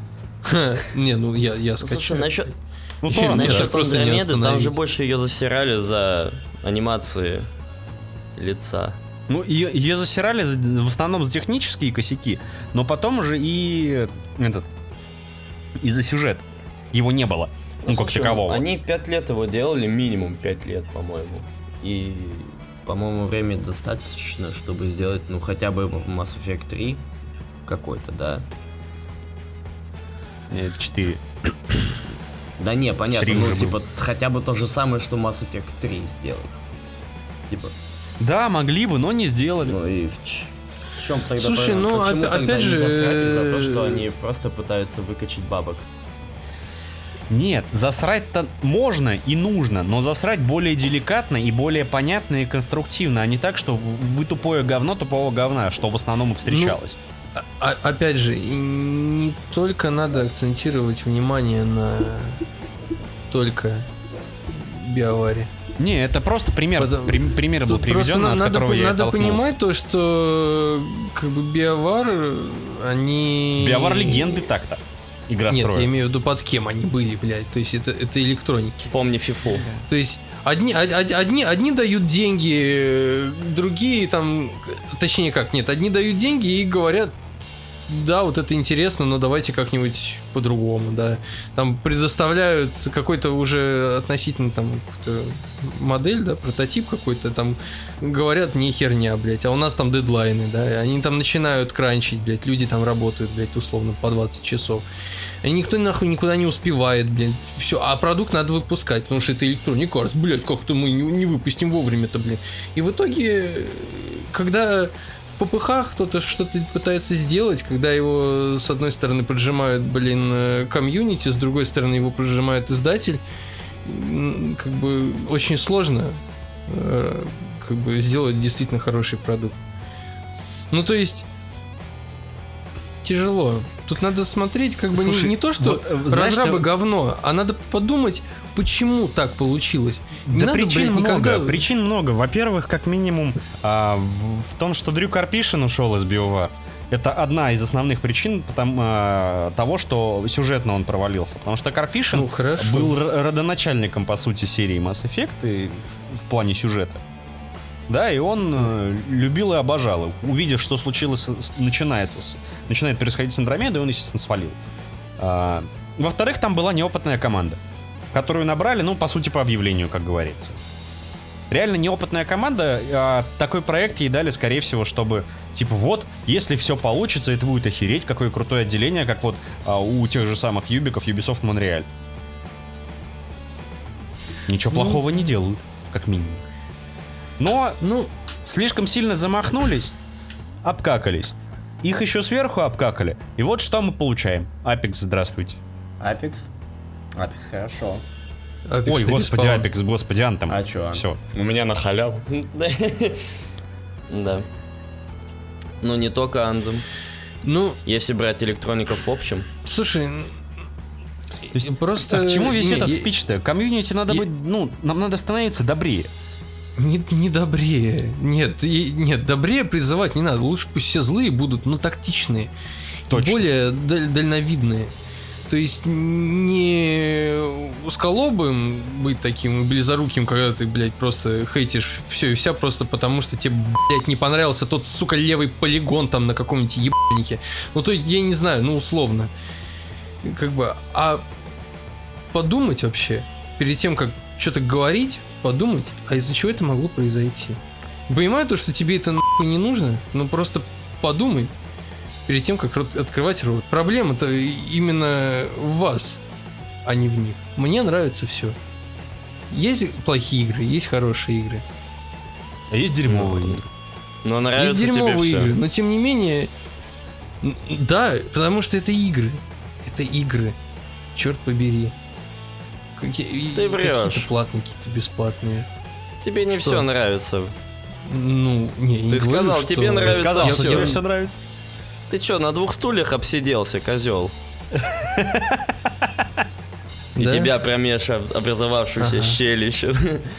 Не, я скачу. Слушай, насчет Насчет просто не Андромеды, там остановить. же больше ее засирали за анимации лица. Ее засирали в основном за технические косяки, но потом уже и из-за сюжета. Его не было. Как Слушай, такового. Они 5 лет его делали, минимум 5 лет, по-моему. И, по-моему, времени достаточно, чтобы сделать, хотя бы Mass Effect 3 какой-то, да? Нет, 4. Да не, понятно, 3 уже типа, хотя бы то же самое, что Mass Effect 3 сделать. Типа, Да, могли бы, но не сделали. В чем тогда Слушай, проблема? ну, Почему тогда опять не же, засрать их за то, что они просто пытаются выкачать бабок? Нет, засрать-то можно и нужно, но засрать более деликатно и более понятно и конструктивно, а не так, что вы тупое говно тупого говна, что в основном и встречалось. Опять же, и не только надо акцентировать внимание на только биоваре. Не, это просто пример был Тут просто приведен, от которого я надо оттолкнулся. понимать то, что как бы биовар, они... Биовар легенды так-то. Игра Нет, строя. я имею в виду под кем они были, блядь. То есть это электроники. Вспомни фифу. То есть одни дают деньги, другие там... Точнее как, нет, одни дают деньги и говорят, да, вот это интересно, но давайте как-нибудь по-другому, да. Там предоставляют какой-то уже относительно там какую-то модель, да, прототип какой-то, там говорят, не херня, блядь, а у нас там дедлайны, да, и они там начинают кранчить, блядь, люди там работают, блядь, условно по 20 часов. И никто нахуй никуда не успевает, блядь, все, а продукт надо выпускать, потому что это электроника, блядь, как-то мы не выпустим вовремя-то, блядь. И в итоге, когда... В ППХ кто-то что-то пытается сделать, когда его с одной стороны поджимают, комьюнити, с другой стороны его поджимает издатель, как бы очень сложно как бы сделать действительно хороший продукт. Ну, то есть тяжело. Тут надо смотреть, как бы. Слушай, не то, что вот, разрабы говно, а надо подумать, почему так получилось. Не да надо, причин много. никогда... Причин много. Во-первых, как минимум, в том, что Дрю Карпишин ушел из BioWare, это одна из основных причин того, что сюжетно он провалился. Потому что Карпишин был родоначальником, по сути, серии Mass Effect и в плане сюжета. Да, и он любил и обожал. Увидев, что случилось, начинает происходить с Андромедой, он, естественно, свалил. Во-вторых, там была неопытная команда, которую набрали, ну, по сути, по объявлению, как говорится. Реально неопытная команда, такой проект ей дали, скорее всего, чтобы, типа, вот, если все получится, это будет охереть, какое крутое отделение, как вот у тех же самых юбиков, Ubisoft Montreal. Ничего плохого не делают, как минимум. Но слишком сильно замахнулись, обкакались. Их еще сверху обкакали. И вот что мы получаем. Apex, здравствуйте. Apex хорошо. Apex, ой, господи, спал. Apex, господи, Anthem. А чё? Все. У меня на халяву. Да. Ну, не только Anthem. Ну, если брать электроников в общем. Слушай, просто... к чему весь этот спич-то? Комьюнити надо быть, нам надо становиться добрее. Не добрее. Нет, добрее призывать не надо. Лучше пусть все злые будут, но тактичные. Точно. Более дальновидные. То есть не узколобым быть таким и близоруким, когда ты, блядь, просто хейтишь все и вся просто потому, что тебе, блядь, не понравился тот, сука, левый полигон там на каком-нибудь ебанике. Ну, то я не знаю, условно. Как бы, а подумать вообще, перед тем, как что-то говорить, подумать, а из-за чего это могло произойти. Понимаю то, что тебе это нахуй не нужно, но просто подумай перед тем, как открывать рот. Проблема-то именно в вас, а не в них. Мне нравится все. Есть плохие игры, есть хорошие игры. А есть дерьмовые игры. Но нравится есть дерьмовые тебе игры, все. но тем не менее... Да, потому что это игры. Это игры. Черт побери. Ты врешь. Какие-то платные, какие-то бесплатные. Тебе не Что? все нравится. Ну, не Ты сказал, говорю, что... тебе нравится Сказал, всё. что тебе все нравится. Ты чё, на 2 стульях обсиделся, козел? И Да? тебя промеж образовавшуюся щель еще.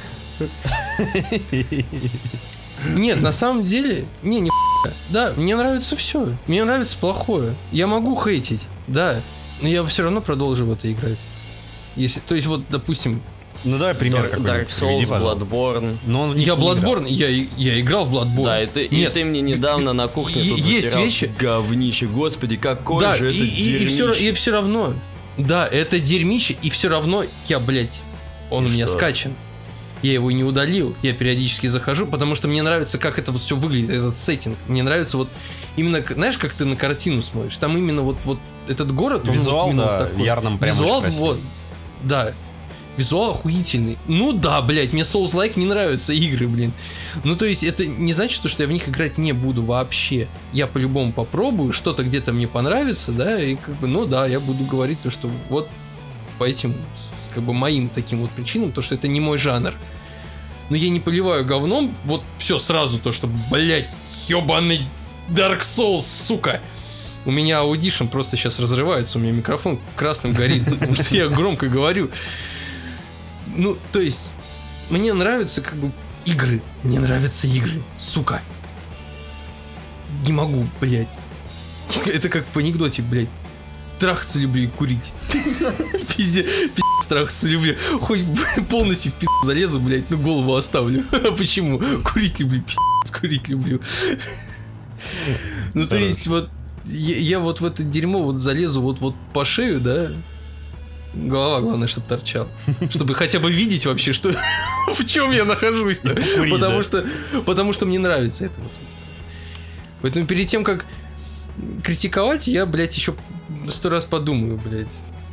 Нет, на самом деле, не да, мне нравится все. Мне нравится плохое. Я могу хейтить, да, но я все равно продолжу в это играть. Если, то есть вот, допустим, Ну давай пример Dark какой-нибудь. Souls, приведи, пожалуйста. Bloodborne. Но он в них я не играл. Bloodborne, я играл в Bloodborne. Да, и ты Нет, мне недавно на кухне тут есть затирал вещи- говнище. Господи, какой да, же это и дерьмище. все равно, да, это дерьмище, и все равно я, блядь, он И у меня что? скачан. Я его не удалил, я периодически захожу, потому что мне нравится, как это вот все выглядит, этот сеттинг. Мне нравится вот именно, знаешь, как ты на картину смотришь. Там именно вот этот город, он Визуал, вот именно да, вот такой. ярным прям Визуал, очень красивый. вот, да. Визуал охуительный. Ну да, блядь, мне Souls-like не нравятся игры, блин. Ну то есть это не значит, что я в них играть не буду вообще. Я по-любому попробую, что-то где-то мне понравится, да, и как бы, ну да, я буду говорить то, что вот по этим, как бы, моим таким вот причинам, то, что это не мой жанр. Но я не поливаю говном, вот все сразу то, что, блядь, ебаный Dark Souls, сука. У меня Audition просто сейчас разрывается, у меня микрофон красным горит, потому что я громко говорю. Ну, то есть, мне нравятся как бы игры. Мне нравятся игры, сука. Не могу, блядь. Это как в анекдоте, блядь. Трахаться люблю и курить. Пиздец, трахаться люблю. Хоть полностью в пизду залезу, блядь, но голову оставлю. А почему? Курить люблю, пиздец, курить люблю. Ну, то есть, вот, я вот в это дерьмо вот залезу вот по шею, да. Голова, главное, чтобы торчала. Чтобы хотя бы видеть вообще, что в чем я нахожусь-то. Потому что мне нравится это вот. Поэтому перед тем, как критиковать, я, блядь, еще 100 раз подумаю, блядь.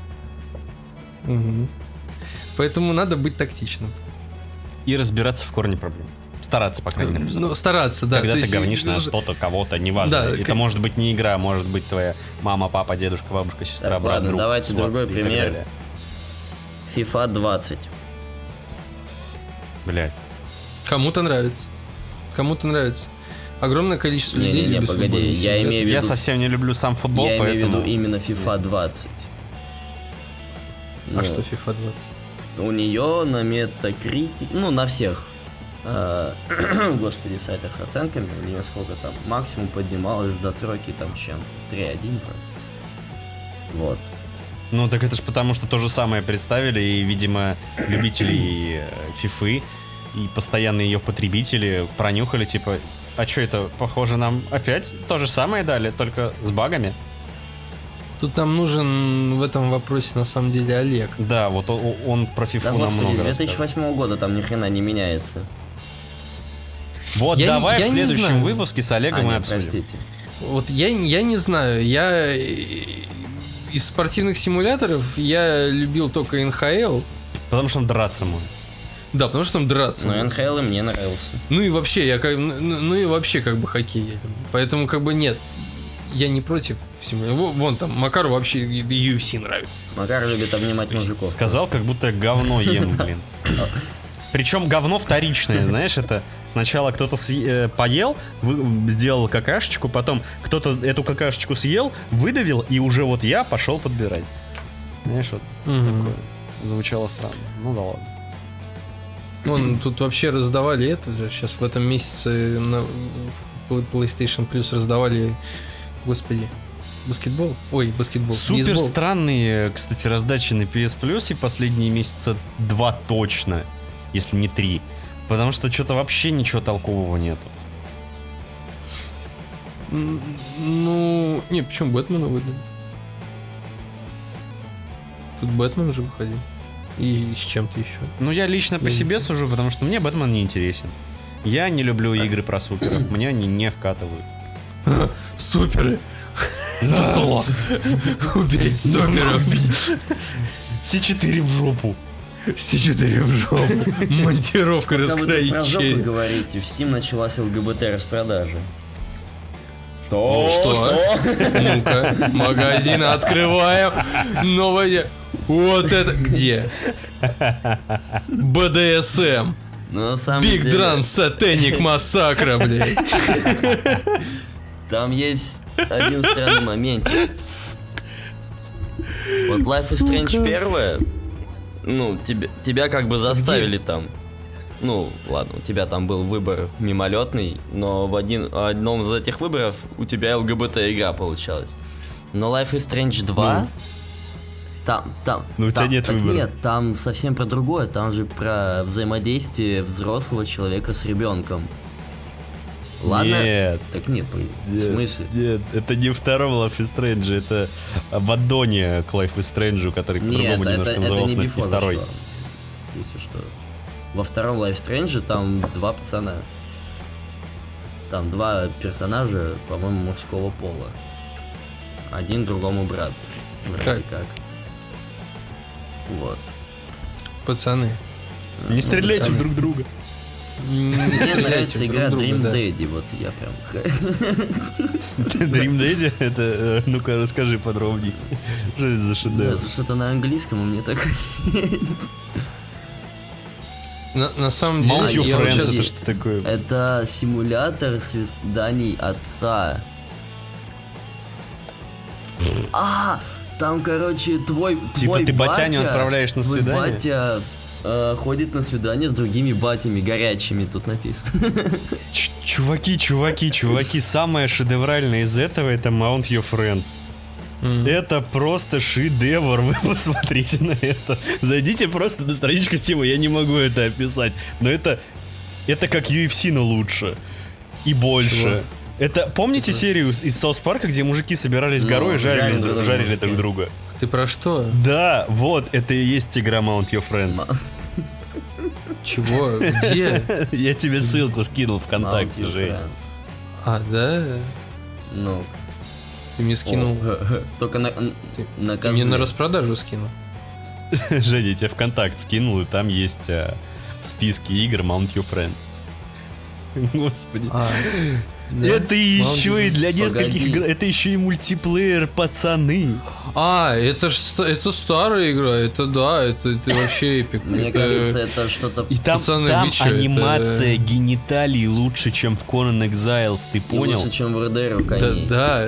Угу. Поэтому надо быть тактичным. И разбираться в корне проблем. Стараться, по крайней мере. Ну, стараться, да. Когда ты говнишь на что-то, кого-то, неважно. Да, это может быть не игра, может быть твоя мама, папа, дедушка, бабушка, сестра, так, брат, ладно, друг. давайте другой пример. FIFA 20. Блядь. Кому-то нравится. Кому-то нравится. Огромное количество людей любит футбол. Я совсем не люблю сам футбол, я поэтому... имею в виду именно FIFA 20. А что FIFA 20? У нее на Metacritic, ну, на всех, господи, сайтах с оценками, у нее сколько там, максимум поднималось до тройки там чем-то, 3.1 вроде. Вот. Ну, так это ж потому, что то же самое представили, и, видимо, любители фифы и постоянные ее потребители пронюхали, типа, а что это, похоже, нам опять то же самое дали, только с багами? Тут нам нужен в этом вопросе, на самом деле, Олег. Да, вот он про фифу да, нам господи, много с 2008 года там ни хрена не меняется. Вот давай в следующем выпуске с Олегом и обсудим. Простите. Вот я не знаю, я из спортивных симуляторов я любил только НХЛ. Потому что он драться может. Да, потому что там драться. Но НХЛ мне нравился. Ну и вообще, как бы хоккей я люблю. Поэтому как бы нет, я не против симуляторов. Вон там, Макару вообще UFC нравится. Макар любит обнимать мужиков. Сказал, как будто говно ем, блин. Причем говно вторичное, знаешь, это сначала кто-то поел, сделал какашечку, потом кто-то эту какашечку съел, выдавил, и уже вот я пошел подбирать. Знаешь, вот такое. Звучало странно. Ну да ладно. Вон, тут вообще раздавали это же, сейчас в этом месяце на PlayStation Plus раздавали, господи, баскетбол? Ой, баскетбол. Супер бейсбол. странные, кстати, раздачи на PS Plus и последние месяца 2 точно. Если не 3. Потому что что-то вообще ничего толкового нету. Ну, не, почему Бэтмена выдали? Тут Бэтмен уже выходил. И с чем-то еще. Ну, я лично по себе сужу, потому что мне Бэтмен не интересен. Я не люблю игры про суперов. Мне они не вкатывают. Суперы! Это зло! Убить суперов! С4 в жопу! С4 в жопу. Монтировка раскроить про жопу череп. говорите, в Steam началась ЛГБТ распродажа. Что? Ну-ка, магазин открываем. Новое. Вот это где? БДСМ. Big Drunk Satanic Massacre, блядь. Там есть один странный моментик. Вот Life is Strange первая. Ну, тебя как бы заставили там. Ну, ладно, у тебя там был выбор мимолетный, но в одном из этих выборов у тебя ЛГБТ игра получалась. Но Life is Strange 2... Ну, у тебя нет выбора. Нет, там совсем про другое. Там же про взаимодействие взрослого человека с ребенком. Ладно? Нет. Так нет, в смысле? Нет, это не втором Life is Strange, это в аддоне к Life is Strange, который по-другому немножко назывался, но это не второй. Если что. Во втором Life is Strange там 2 пацана. Там 2 персонажа, по-моему, мужского пола. Один другому брату. Как? Вот. Пацаны. Не стреляйте пацаны. друг в друга. Не Мне стреляйте нравится друг игра друга, Dream да. Daddy, вот я прям... Dream Daddy? Это, ну-ка, расскажи подробнее. Что это за шедевр? Это что-то на английском, у меня такое... На самом деле, Mount Your я вот Friends, щас- это что такое? Это симулятор свиданий отца. Там, короче, твой Типа ты батяню батя- отправляешь на твой свидание? батя ходит на свидание с другими батями горячими, тут написано. Чуваки, самое шедевральное из этого это Mount Your Friends. Это просто шедевр, вы посмотрите на это. Зайдите просто на страничку Steam, я не могу это описать. Но это как UFC, но лучше. И больше. Чего? Это, помните серию из Саус Парка, где мужики собирались горой и жарили друг друга? Ты про что? Да, вот, это и есть игра Mount Your Friends. Чего? Где? Я тебе ссылку скинул ВКонтакте, Mount Your Жень. Friends. А, да? Ну, Ты мне скинул. только на Ты мне козле. на распродажу скинул. Женя, я тебе ВКонтакт скинул, и там есть в списке игр Mount Your Friends. Господи. А, да? Это еще Mount и для нескольких Погоди. игр. Это еще и мультиплеер, пацаны. А, это ж это старая игра, это да, это вообще эпик. Мне Это- кажется, это что-то... И там, Пацаны, там вы чё, анимация это- гениталий лучше, чем в Conan Exiles, ты и понял? лучше, чем в РДР у Да, коней. да.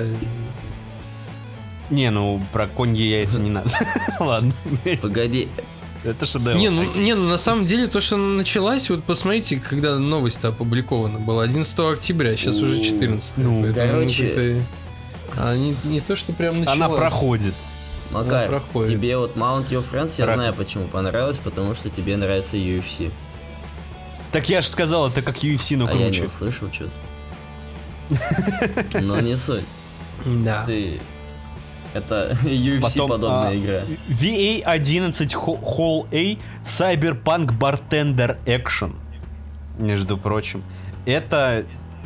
Не, ну про коньи яйца не надо. Ладно, Погоди, это шедевр. Не, ну на самом деле то, что началась, вот посмотрите, когда новость-то опубликована была, 11 октября, сейчас уже 14. Ну, поэтому короче, это- не то, что прям началась. Она проходит. Макар, проходит. тебе вот Mount Your Friends, я Рак. знаю, почему понравилось, потому что тебе нравится UFC. Так я же сказал, это как UFC, но А я не круче. услышал что-то. Но не суть. Да. Ты... Это UFC Потом, подобная игра. VA11 Hall A Cyberpunk Bartender Action. Между прочим. Это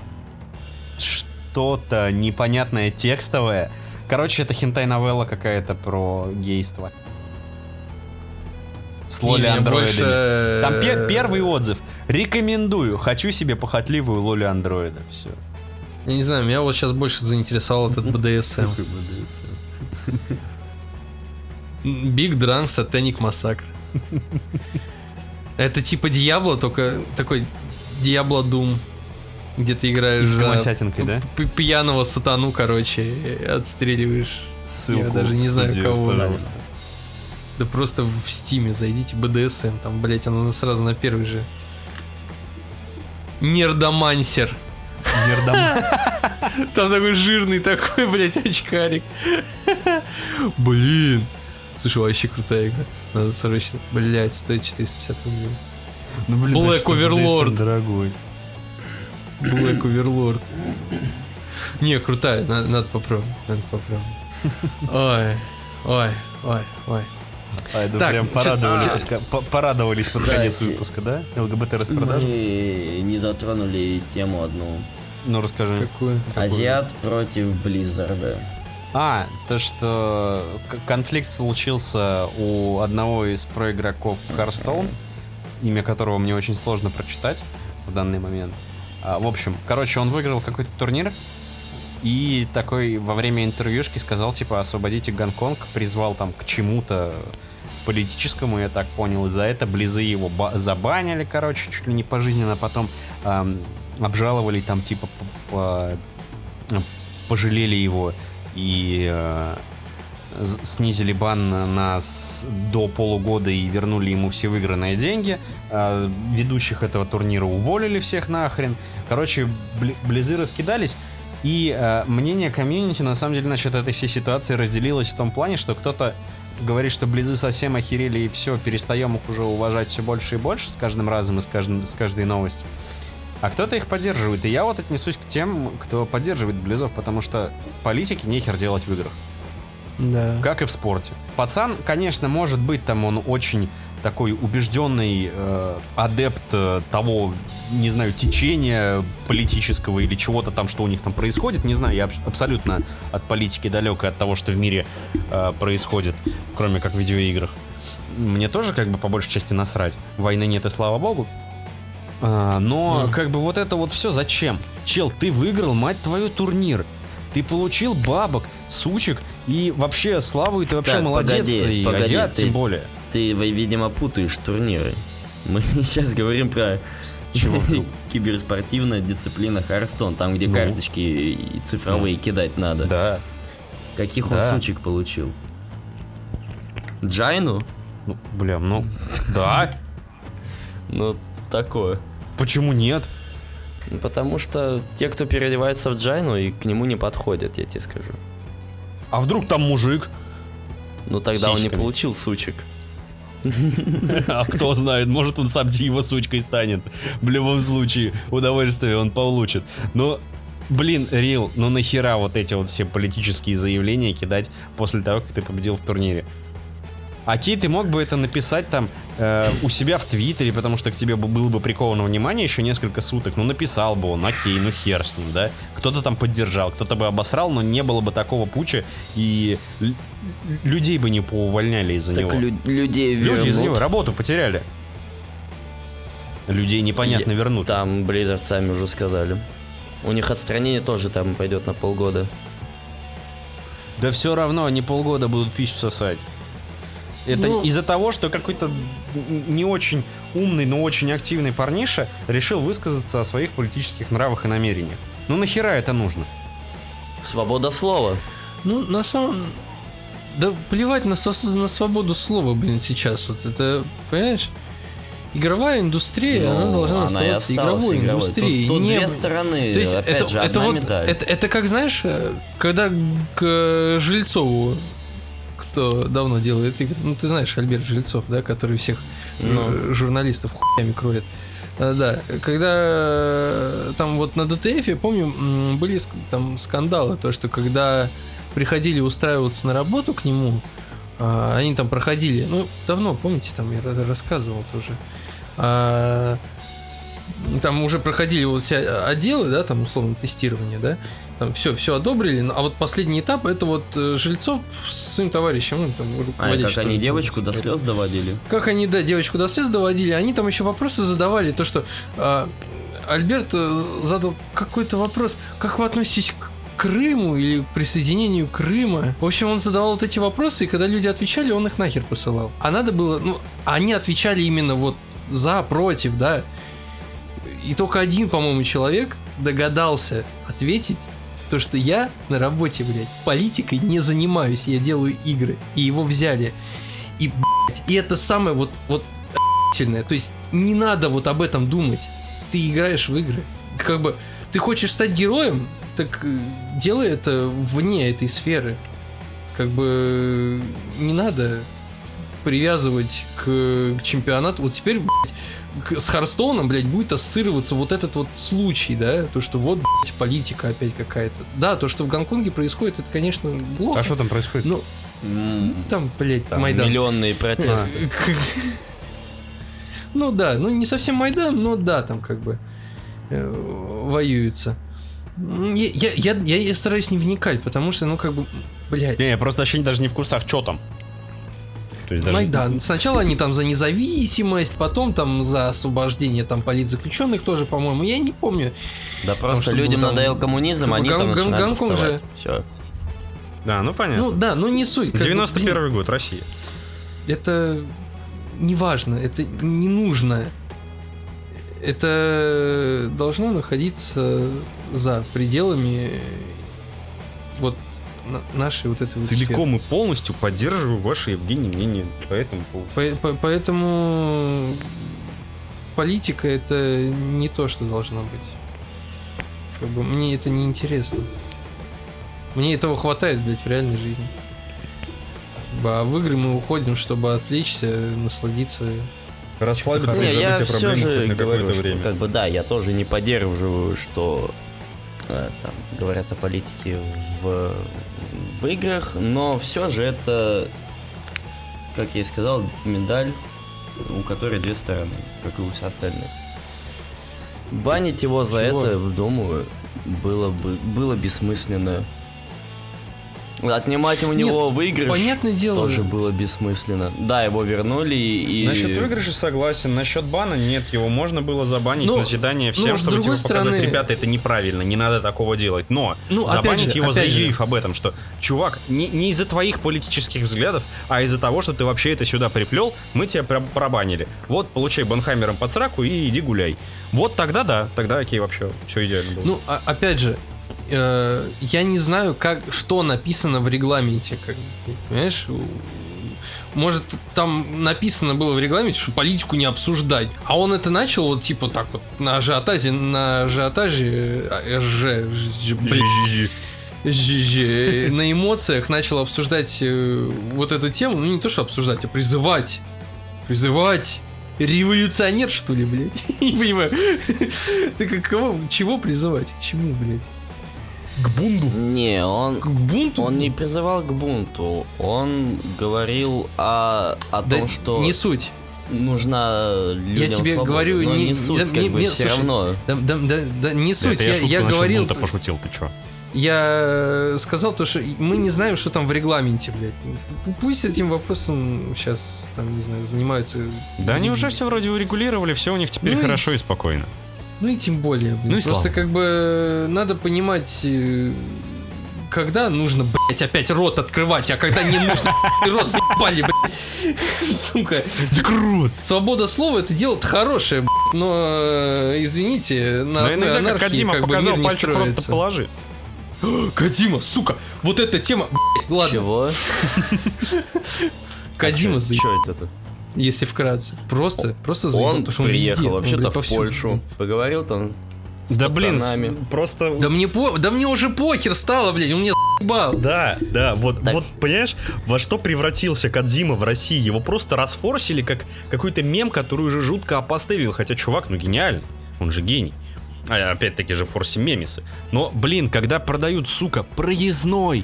что-то непонятное текстовое. Короче, это хентай-новелла какая-то про гейство. С Не, меня лоли-андроидами. больше- Там первый отзыв. Рекомендую. Хочу себе похотливую лоли-андроида. Все. Я не знаю, меня вот сейчас больше заинтересовал этот BDSM. Big Drunk Satanic Massacre. Это типа Диабло, только такой Диабло Doom. Где ты играешь И с за гомосятинкой, да? пьяного сатану, короче, и отстреливаешь. Ссылку Я даже не в знаю, студию, кого. пожалуйста. Да просто в Стиме зайдите, BDSM, там, блять, оно сразу на первый же. Нердомансер. Там такой жирный такой, блять, очкарик. Блин. Слушай, вообще крутая игра. Надо срочно. Блять, стоит 450 рублей. Ну, блин, Black значит, Overlord. BDSM дорогой. Black Overlord. Не, крутая, надо попробовать. Надо попробовать. Ой. Ай, да Так, прям чё- порадовались под конец Кстати, выпуска, да? ЛГБТ распродажи? Мы не затронули тему одну. Ну, расскажи. Какую? Азиат против Близзарда. То, что конфликт случился у одного из проигроков в Hearthstone, имя которого мне очень сложно прочитать в данный момент. В общем, короче, он выиграл какой-то турнир и такой во время интервьюшки сказал, типа, освободите Гонконг, призвал там к чему-то политическому, я так понял, и за это Близы его забанили, короче, чуть ли не пожизненно, потом обжаловали там, типа, пожалели его и снизили бан до полугода и вернули ему все выигранные деньги. Ведущих этого турнира уволили всех нахрен. Короче, Близы раскидались. И мнение комьюнити на самом деле насчет этой всей ситуации разделилось в том плане, что кто-то говорит, что Близы совсем охерели и все, перестаем их уже уважать все больше и больше с каждым разом и с каждой новостью. А кто-то их поддерживает. И я вот отнесусь к тем, кто поддерживает Близов, потому что политики нехер делать в играх. Да. Как и в спорте. Пацан, конечно, может быть, там он очень такой убежденный адепт того, не знаю, течения политического или чего-то там, что у них там происходит. Не знаю, я абсолютно от политики далек и от того, что в мире происходит, кроме как в видеоиграх. мне тоже как бы по большей части насрать. Войны нет, и слава богу. Но как бы вот это вот все зачем? Чел, ты выиграл, мать твою, турнир. Ты получил бабок, сучек и вообще славу, и ты вообще Так, молодец, и азиат тем более. Ты, видимо, путаешь турниры. Мы сейчас говорим про киберспортивная дисциплина Hearthstone, там, где карточки и цифровые кидать надо. Да. Каких он сучек получил? Джайну? Ну, бля, ну, да. Ну, такое. Почему нет? Потому что те, кто переодевается в Джайну, и к нему не подходят, я тебе скажу. А вдруг там мужик? Ну, тогда он не Сиськами. получил сучек. А кто знает, может он сам его сучкой станет. В любом случае, удовольствие он получит. Но, блин, Рил, ну нахера вот эти вот все политические заявления кидать после того, как ты победил в турнире? Окей, ты мог бы это написать там у себя в Твиттере, потому что к тебе было бы приковано внимание еще несколько суток. Ну, написал бы он, окей, ну хер с ним, да? Кто-то там поддержал, кто-то бы обосрал, но не было бы такого пуча, и людей бы не поувольняли из-за него. Людей вернут. Люди из-за него работу потеряли. Людей непонятно вернут. Там Blizzard сами уже сказали. У них отстранение тоже там пойдет на полгода. Да все равно они полгода будут пищу сосать. Это из-за того, что какой-то не очень умный, но очень активный парниша решил высказаться о своих политических нравах и намерениях. Ну нахера это нужно? Свобода слова. Ну, на самом... Да плевать на свободу слова, блин, сейчас. Вот это, понимаешь? Игровая индустрия, она должна оставаться игровой индустрией. Тут две стороны, то есть опять же, одна медаль. Это как, знаешь, когда к Жильцову, кто давно делает игры, ну ты знаешь Альберт Жильцов, да, который всех журналистов хуями кроет. Да, когда там вот на ДТФ, я помню, были там скандалы, то что когда приходили устраиваться на работу к нему, они там проходили, ну давно, помните, там я рассказывал тоже, там уже проходили вот все отделы, да, там условно тестирование, да, там все одобрили, а вот последний этап это вот Жильцов с своим товарищем, ну, там, руководитель. Как они девочку до слез доводили? Как они, да, девочку до слез доводили, они там еще вопросы задавали, то что Альберт задал какой-то вопрос, как вы относитесь к Крыму или к присоединению Крыма. В общем, он задавал вот эти вопросы, и когда люди отвечали, он их нахер посылал. А надо было, ну, они отвечали именно вот за, против, да. И только один, по-моему, человек догадался ответить, то, что я на работе, блядь, политикой не занимаюсь, я делаю игры. И его взяли. И, блядь, и это самое вот охуительное. То есть не надо вот об этом думать. Ты играешь в игры. Как бы, ты хочешь стать героем, так делай это вне этой сферы. Как бы не надо привязывать к чемпионату. Вот теперь, блядь, с Харстоуном, блядь, будет ассоциироваться вот этот вот случай, да, то, что вот, блядь, политика опять какая-то. Да, то, что в Гонконге происходит, это, конечно, плохо. А что там происходит? Ну, там, блядь, там Майдан. Миллионные протесты. Ну да, ну не совсем Майдан, но да, там как бы воюются. Я стараюсь не вникать, потому что, ну как бы, блядь. Не, я просто вообще даже не в курсах, что там. Майдан. Сначала они там за независимость, потом там за освобождение там политзаключенных тоже, по-моему, я не помню. Да просто людям надоел коммунизм, они там начинают восставать. Все. Да, ну понятно. Ну да, ну не суть. 91 год, Россия. Это не важно, это не нужно. Это должно находиться за пределами вот нашей вот этой вот целиком сферы. И полностью поддерживаю ваше, Евгений, мнение по этому поводу. Поэтому политика это не то, что должно быть. Как бы мне это не интересно. Мне этого хватает, блядь, в реальной жизни. А в игры мы уходим, чтобы отвлечься, насладиться. Расслабиться и забыть о проблемах на какое-то время. Как бы да, я тоже не поддерживаю, что там говорят о политике в играх, но все же это, как я и сказал, медаль, у которой две стороны, как и у всех остальных. Банить его за это, думаю, было бессмысленно. Отнимать у него выигрыш понятное дело, тоже было бессмысленно. Да, его вернули и... Насчет выигрыша согласен, насчет бана нет, его можно было забанить, назидание всем, чтобы типа показать, ребята, это неправильно, не надо такого делать. Но забанить его, заявив об этом, что, чувак, не из-за твоих политических взглядов, а из-за того, что ты вообще это сюда приплел, мы тебя пробанили. Вот, получай банхаммером под сраку и иди гуляй. Вот тогда да, тогда окей, вообще все идеально было. Ну, опять же, я не знаю, что написано в регламенте, понимаешь? Может, там написано было в регламенте, что политику не обсуждать. А он это начал вот типа так вот на ажиотаже, на эмоциях начал обсуждать вот эту тему. Ну, не то, что обсуждать, а призывать. Революционер, что ли, блядь? Не понимаю. Ты чего призывать? К чему, блядь? К бунту? Не, К бунту? Он не призывал к бунту. Он говорил о том, что... Не суть. Нужна людям я тебе свобода. говорю, но не суть, все слушай, равно. Да, не суть. Я говорил... Бунта пошутил, ты чё? Я сказал то, что мы не знаем, что там в регламенте, блядь. Пусть этим вопросом сейчас, там, не знаю, занимаются... Да они уже все вроде урегулировали, все у них теперь хорошо и спокойно. Ну и тем более, блин. Ну и просто как бы надо понимать, когда нужно, блядь, опять рот открывать, а когда не нужно, рот заебали, блядь. Сука. Закрой рот. Свобода слова — это дело-то хорошее, блядь. Но, извините, на одной анархии Кодзима как бы показал, мир не пальчик в рот строится. положи. Кодзима, сука, вот эта тема, блядь, ладно. Чего? Кодзима заебал. Что это? Если вкратце. Просто заебал, Он потому что он приехал везде, вообще-то блядь, в повсюду. Польшу. Поговорил там с Да пацанами. блин, просто... Да мне уже похер стало, блядь, он меня заебал. Да, вот понимаешь, во что превратился Кодзима в России? Его просто расфорсили как какой-то мем, который уже жутко опостылил. Хотя чувак, гениальный, он же гений. А опять-таки же форси мемисы. Но, блин, когда продают, сука, проездной,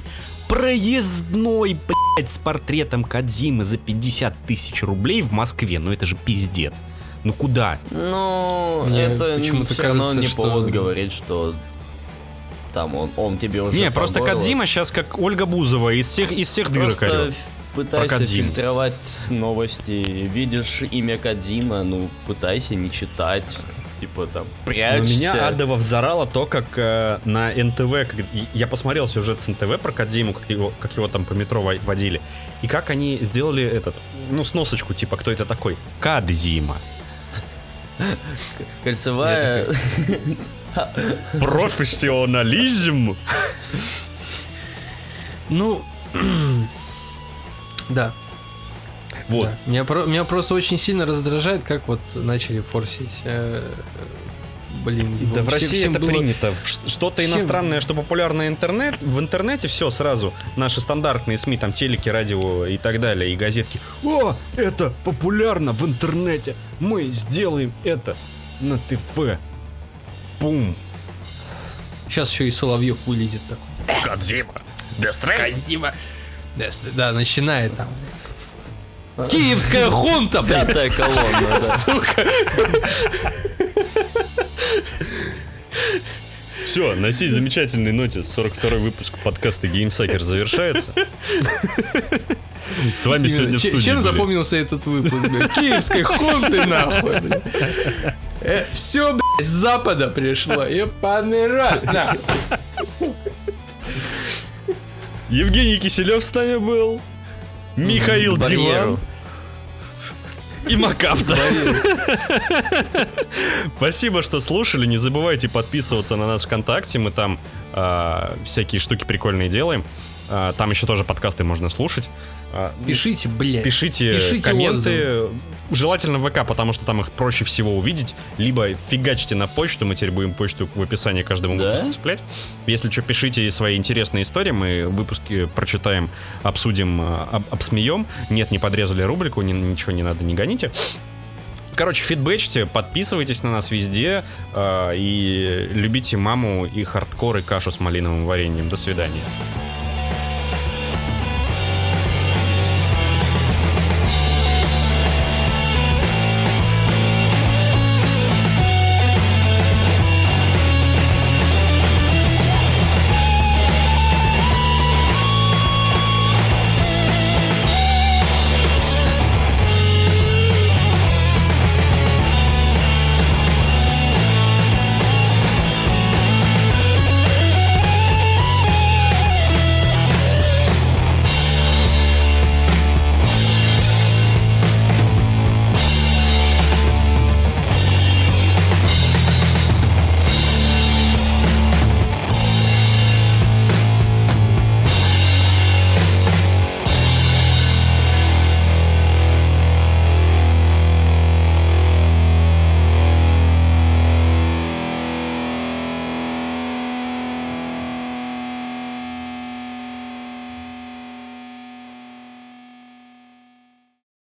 блядь, с портретом Кодзимы за 50 тысяч рублей в Москве, это же пиздец. Ну куда? Ну, Мне это почему-то все равно кажется, не что- повод говорить, что там он тебе уже... Не, просто по горло. Кодзима сейчас как Ольга Бузова из всех дырок Просто орёт. пытайся Кодзиму. фильтровать новости. Видишь имя Кодзима, пытайся не читать. Типа там, Но прячься. меня адово взорало то, как на НТВ, я посмотрел сюжет с НТВ про Кодзиму, как его там по метро водили, и как они сделали сносочку, типа, кто это такой? Кодзима. Кольцевая... Профессионализм. Ну, да. Вот. Да. Меня просто очень сильно раздражает, как вот начали форсить. Блин, Да в России всем это было- принято. Что-то всем- иностранное, что популярно в интернете, все сразу. Наши стандартные СМИ, там телеки, радио и так далее, и газетки. О, это популярно в интернете. Мы сделаем это на ТВ. Пум. Сейчас еще и Соловьев вылезет такой. Кодзима. Кодзима. Да, начинает там. Киевская хунта, блядь. Пятая колонна, да. Сука. Все, на сей замечательной ноте 42-й выпуск подкаста GameSucker завершается. С вами сегодня в студии Чем были. запомнился этот выпуск, блядь? Киевской хунты, нахуй, блядь. Все, блядь, с запада пришло. Ебаный рот, нахуй. Евгений Киселев с нами был. Михаил Барьеру. Диван. И Макафта. Спасибо, что слушали. Не забывайте подписываться на нас ВКонтакте. Мы там всякие штуки прикольные делаем. Там еще тоже подкасты можно слушать. Пишите, блядь. Пишите комменты. Желательно в ВК, потому что там их проще всего увидеть. Либо фигачьте на почту. Мы теперь будем почту в описании каждому Да? выпуску цеплять. Если что, пишите свои интересные истории. Мы выпуски прочитаем, обсудим, обсмеем. Нет, не подрезали рубрику, ничего не надо, не гоните. Короче, фидбэчьте, подписывайтесь на нас везде и любите маму и хардкор, и кашу с малиновым вареньем. До свидания.